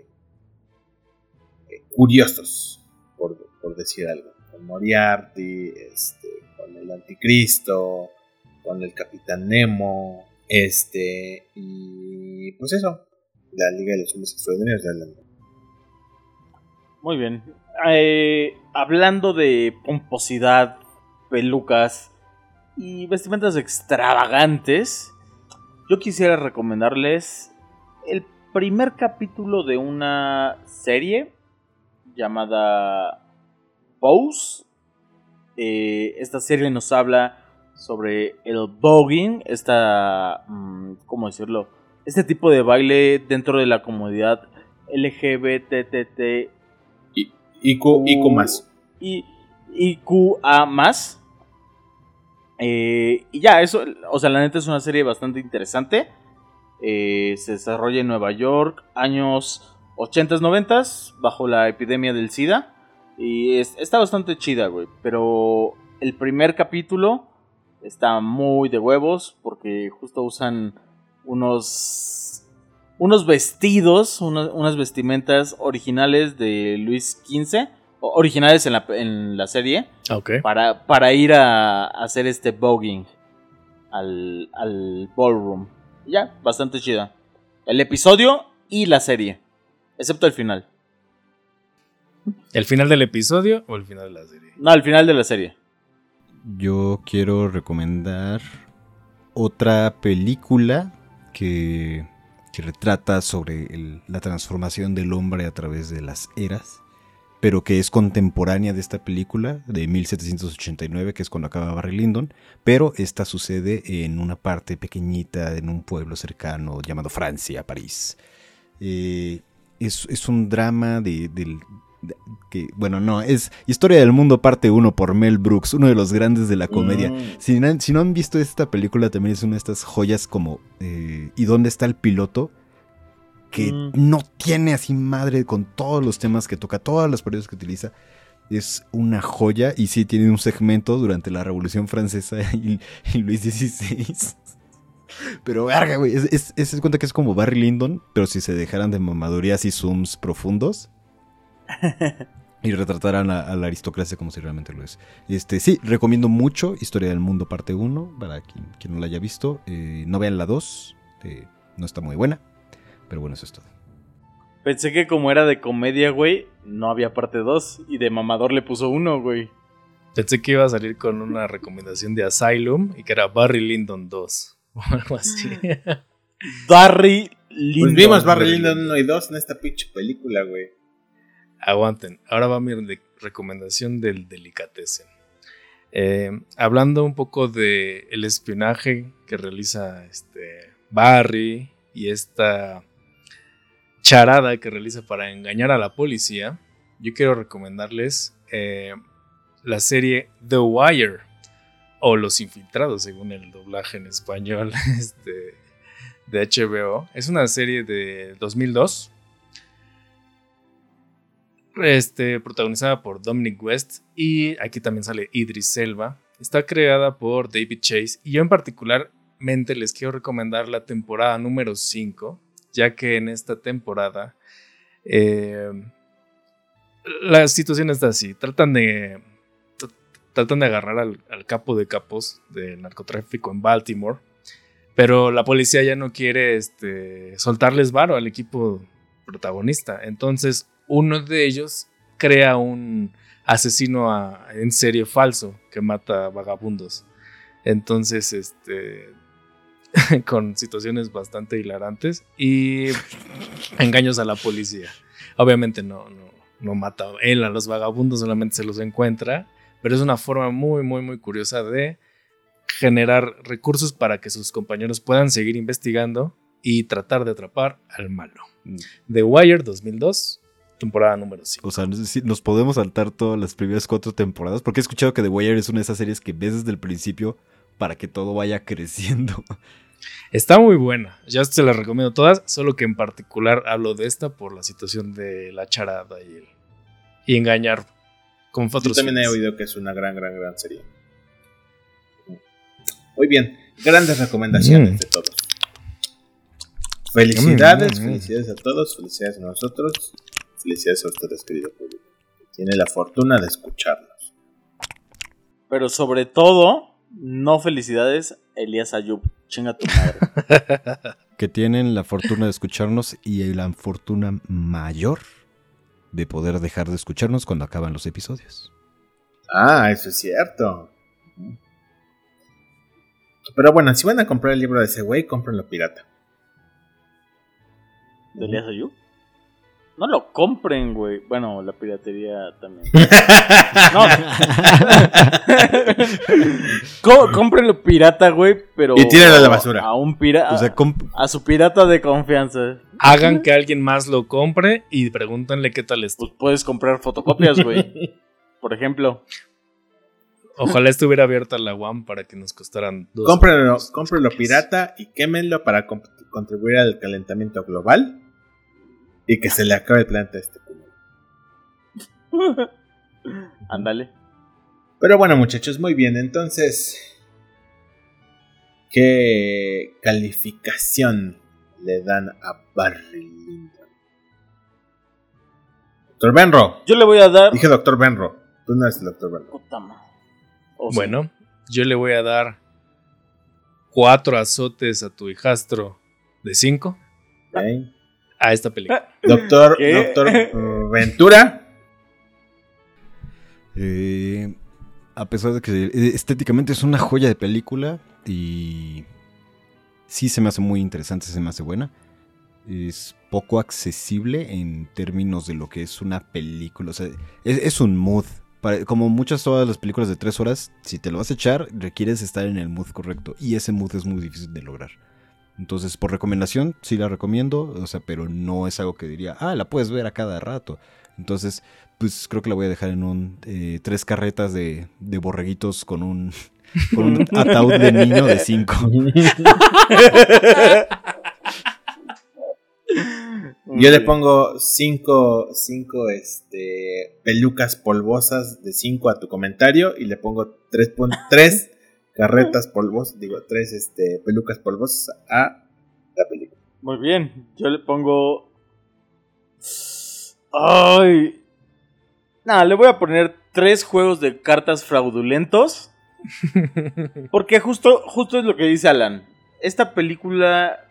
curiosos, por decir algo, con Moriarty, con el Anticristo, con el Capitán Nemo, Y pues eso, la Liga de los Hombres Extraordinarios de Alan Moore. Muy bien. Hablando de pomposidad, pelucas y vestimentas extravagantes, yo quisiera recomendarles el primer capítulo de una serie llamada Pose. Esta serie nos habla sobre el voguing, ¿cómo decirlo? Este tipo de baile dentro de la comunidad LGBTT IQ más. IQA más. Y ya, eso, o sea, la neta es una serie bastante interesante. Se desarrolla en Nueva York, años 80s, 90s, bajo la epidemia del SIDA. Y está bastante chida, güey. Pero el primer capítulo está muy de huevos, porque justo usan unos vestidos, unas vestimentas originales de Luis XV, originales en la serie, Okay. para ir a hacer este voguing al ballroom. Ya, bastante chida. El episodio y la serie, excepto el final. ¿El final del episodio o el final de la serie? No, el final de la serie. Yo quiero recomendar otra película que retrata sobre la transformación del hombre a través de las eras, pero que es contemporánea de esta película de 1789, que es cuando acaba Barry Lyndon, pero esta sucede en una parte pequeñita, en un pueblo cercano llamado Francia, París. Es un drama es Historia del Mundo parte 1 por Mel Brooks, uno de los grandes de la comedia. Si no han visto esta película, también es una de estas joyas como ¿y dónde está el piloto? Que no tiene así madre con todos los temas que toca, todas las periodos que utiliza. Es una joya y sí tiene un segmento durante la Revolución Francesa y Luis XVI. Pero verga, güey, es cuenta que es como Barry Lyndon, pero si se dejaran de mamadurías y zooms profundos y retrataran a la aristocracia como si realmente lo es. Sí, recomiendo mucho Historia del Mundo parte 1 para quien no la haya visto. No vean la 2, no está muy buena, pero bueno, eso es todo. Pensé que como era de comedia, güey, no había parte 2 y de mamador le puso 1, güey. Pensé que iba a salir con una recomendación de Asylum y que era Barry Lyndon 2 o algo así. Barry Lyndon. Pues vimos Barry Lyndon 1 y 2 en esta pinche película, güey. Aguanten, ahora va mi recomendación del Delicatessen. Hablando un poco de el espionaje que realiza Barry y esta charada que realiza para engañar a la policía, yo quiero recomendarles la serie The Wire o Los Infiltrados, según el doblaje en español de HBO. Es una serie de 2002. Protagonizada por Dominic West y aquí también sale Idris Elba. Está creada por David Chase y yo en particularmente les quiero recomendar la temporada número 5, ya que en esta temporada la situación está así. Tratan de agarrar al capo de capos del narcotráfico en Baltimore, pero la policía ya no quiere soltarles varo al equipo protagonista. Entonces uno de ellos crea un asesino en serie falso que mata vagabundos. Entonces, con situaciones bastante hilarantes y engaños a la policía. Obviamente no mata él a los vagabundos, solamente se los encuentra, pero es una forma muy, muy, muy curiosa de generar recursos para que sus compañeros puedan seguir investigando y tratar de atrapar al malo. The Wire 2002, temporada número 5. O sea, nos podemos saltar todas las primeras 4 temporadas, porque he escuchado que The Wire es una de esas series que ves desde el principio para que todo vaya creciendo. Está muy buena, ya se las recomiendo todas, solo que en particular hablo de esta por la situación de la charada y engañar con otros. Yo también he oído que es una gran serie. Muy bien, grandes recomendaciones de todos. Felicidades a todos, felicidades a nosotros, felicidades a ustedes, querido público, que tiene la fortuna de escucharnos. Pero sobre todo, No felicidades, Elías Ayub. Chinga tu madre. Que tienen la fortuna de escucharnos y la fortuna mayor de poder dejar de escucharnos cuando acaban los episodios. Ah, eso es cierto. Pero bueno, si van a comprar el libro de ese güey, cómprenlo pirata. ¿De Elías Ayub? No lo compren, güey. Bueno, la piratería también. No. Cómprenlo pirata, güey, pero... Y tírenlo a la basura. A un pirata... O sea, a su pirata de confianza. Hagan que alguien más lo compre y pregúntenle qué tal Pues estuvo. puedes comprar fotocopias, güey. Por ejemplo. Ojalá estuviera abierta la UAM para que nos costaran 2. Cómprenlo pirata y quémenlo para contribuir al calentamiento global y que se le acabe el planeta a este culo. Ándale. Pero bueno, muchachos, muy bien. Entonces, ¿qué calificación le dan a Barry Lyndon? Doctor Benro. Yo le voy a dar... Dije Doctor Benro. Tú no eres el Doctor Benro. Puta madre. O sea, Bueno, yo le voy a dar 4 azotes a tu hijastro de 5 Ok. a esta película. Doctor ¿Qué? Ventura. A pesar de que estéticamente es una joya de película y sí se me hace muy interesante, se me hace buena. Es poco accesible en términos de lo que es una película. O sea, es un mood. Como todas las películas de 3 horas, si te lo vas a echar, requieres estar en el mood correcto. Y ese mood es muy difícil de lograr. Entonces, por recomendación, sí la recomiendo. O sea, pero no es algo que diría, la puedes ver a cada rato. Entonces, pues creo que la voy a dejar en un 3 carretas de borreguitos con un ataúd de niño de 5. Yo le pongo 5 pelucas polvosas de 5 a tu comentario y le pongo 3 carretas polvosas, 3 pelucas polvosas a la película. Muy bien. Yo le pongo... Ay. Nada, le voy a poner 3 juegos de cartas fraudulentos. Porque justo es lo que dice Alan. Esta película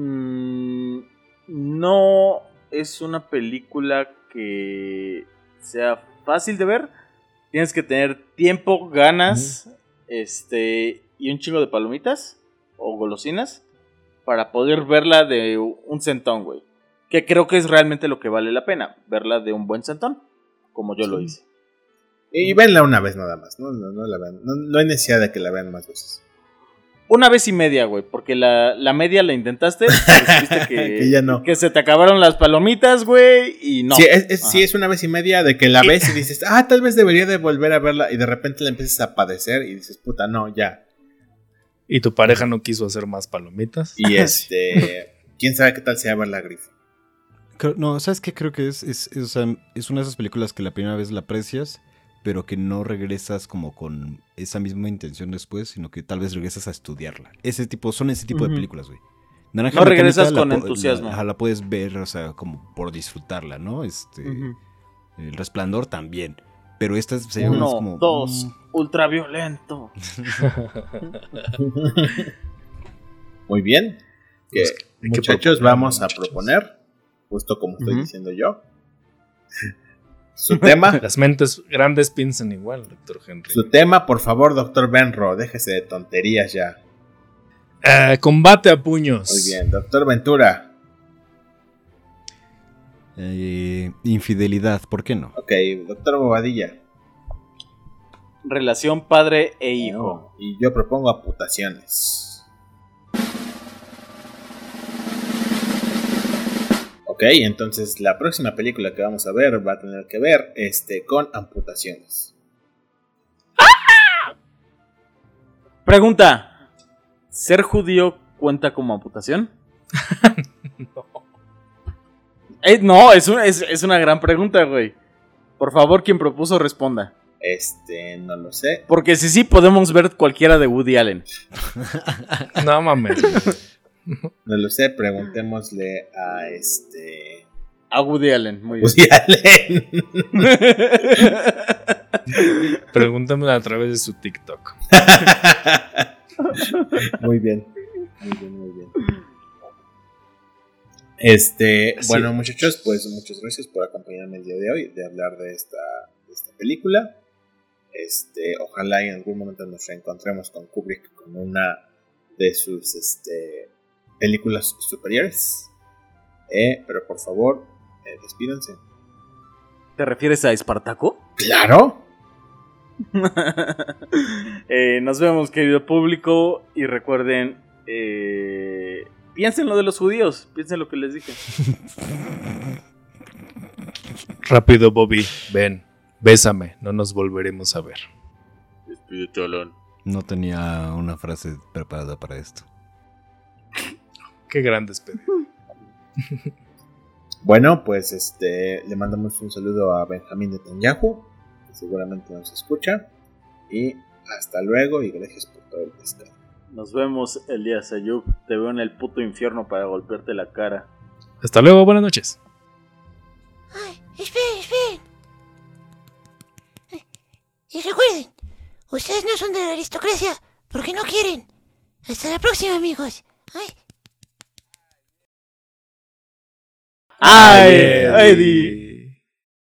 no es una película que sea fácil de ver. Tienes que tener tiempo, ganas, y un chingo de palomitas o golosinas para poder verla de un centón, güey. Que creo que es realmente lo que vale la pena, verla de un buen centón, como yo lo hice. Y venla una vez nada más, no la vean. No hay necesidad de que la vean más veces. Una vez y media, güey, porque la media la intentaste, pero viste Que ya no. que se te acabaron las palomitas, güey, y no. Sí, es una vez y media de que la ves y dices, tal vez debería de volver a verla, y de repente la empiezas a padecer y dices, puta, no, ya. Y tu pareja no quiso hacer más palomitas. Y quién sabe qué tal sea ver la grifa. No, ¿sabes qué? Creo que es una de esas películas que la primera vez la aprecias, pero que no regresas como con esa misma intención después, sino que tal vez regresas a estudiarla. Son ese tipo de películas, güey. Naranja No Mecánica regresas con entusiasmo. La puedes ver, o sea, como por disfrutarla, ¿no? El Resplandor también. Pero esta sería 1, como 2, ultraviolento. Muy bien. Muchachos, vamos a proponer, justo como estoy diciendo yo, su tema. Las mentes grandes piensan igual, doctor Henry. Su tema, por favor, doctor Benro, déjese de tonterías ya. Combate a puños. Muy bien, doctor Ventura. Infidelidad, ¿por qué no? Ok, doctor Bobadilla. Relación padre e hijo. Y yo propongo amputaciones. Ok, entonces la próxima película que vamos a ver va a tener que ver con amputaciones. Pregunta: ¿ser judío cuenta como amputación? No, es una gran pregunta, güey. Por favor, quien propuso responda. No lo sé. Porque si sí, podemos ver cualquiera de Woody Allen. No mames. No lo sé, preguntémosle a A Woody Allen, muy bien. Woody Allen. Pregúntame a través de su TikTok. Muy bien. Bueno, muchachos, pues muchas gracias por acompañarme el día de hoy, de hablar de esta película. Ojalá en algún momento nos reencontremos con Kubrick con una de sus películas superiores. Pero por favor, despídense. ¿Te refieres a Espartaco? ¡Claro! Nos vemos, querido público, y recuerden, piensen lo de los judíos, piensen lo que les dije. Rápido, Bobby, ven, bésame, no nos volveremos a ver. Despídete, Alan. No tenía una frase preparada para esto. Qué gran despedida. Bueno, pues le mandamos un saludo a Benjamín Netanyahu, que seguramente nos escucha. Y hasta luego y gracias por todo el pescado. Nos vemos, Elías Ayub. Te veo en el puto infierno para golpearte la cara. Hasta luego, buenas noches. Ay, esperen. Y recuerden, ustedes no son de la aristocracia porque no quieren. Hasta la próxima, amigos. ¡Ay, Eddie!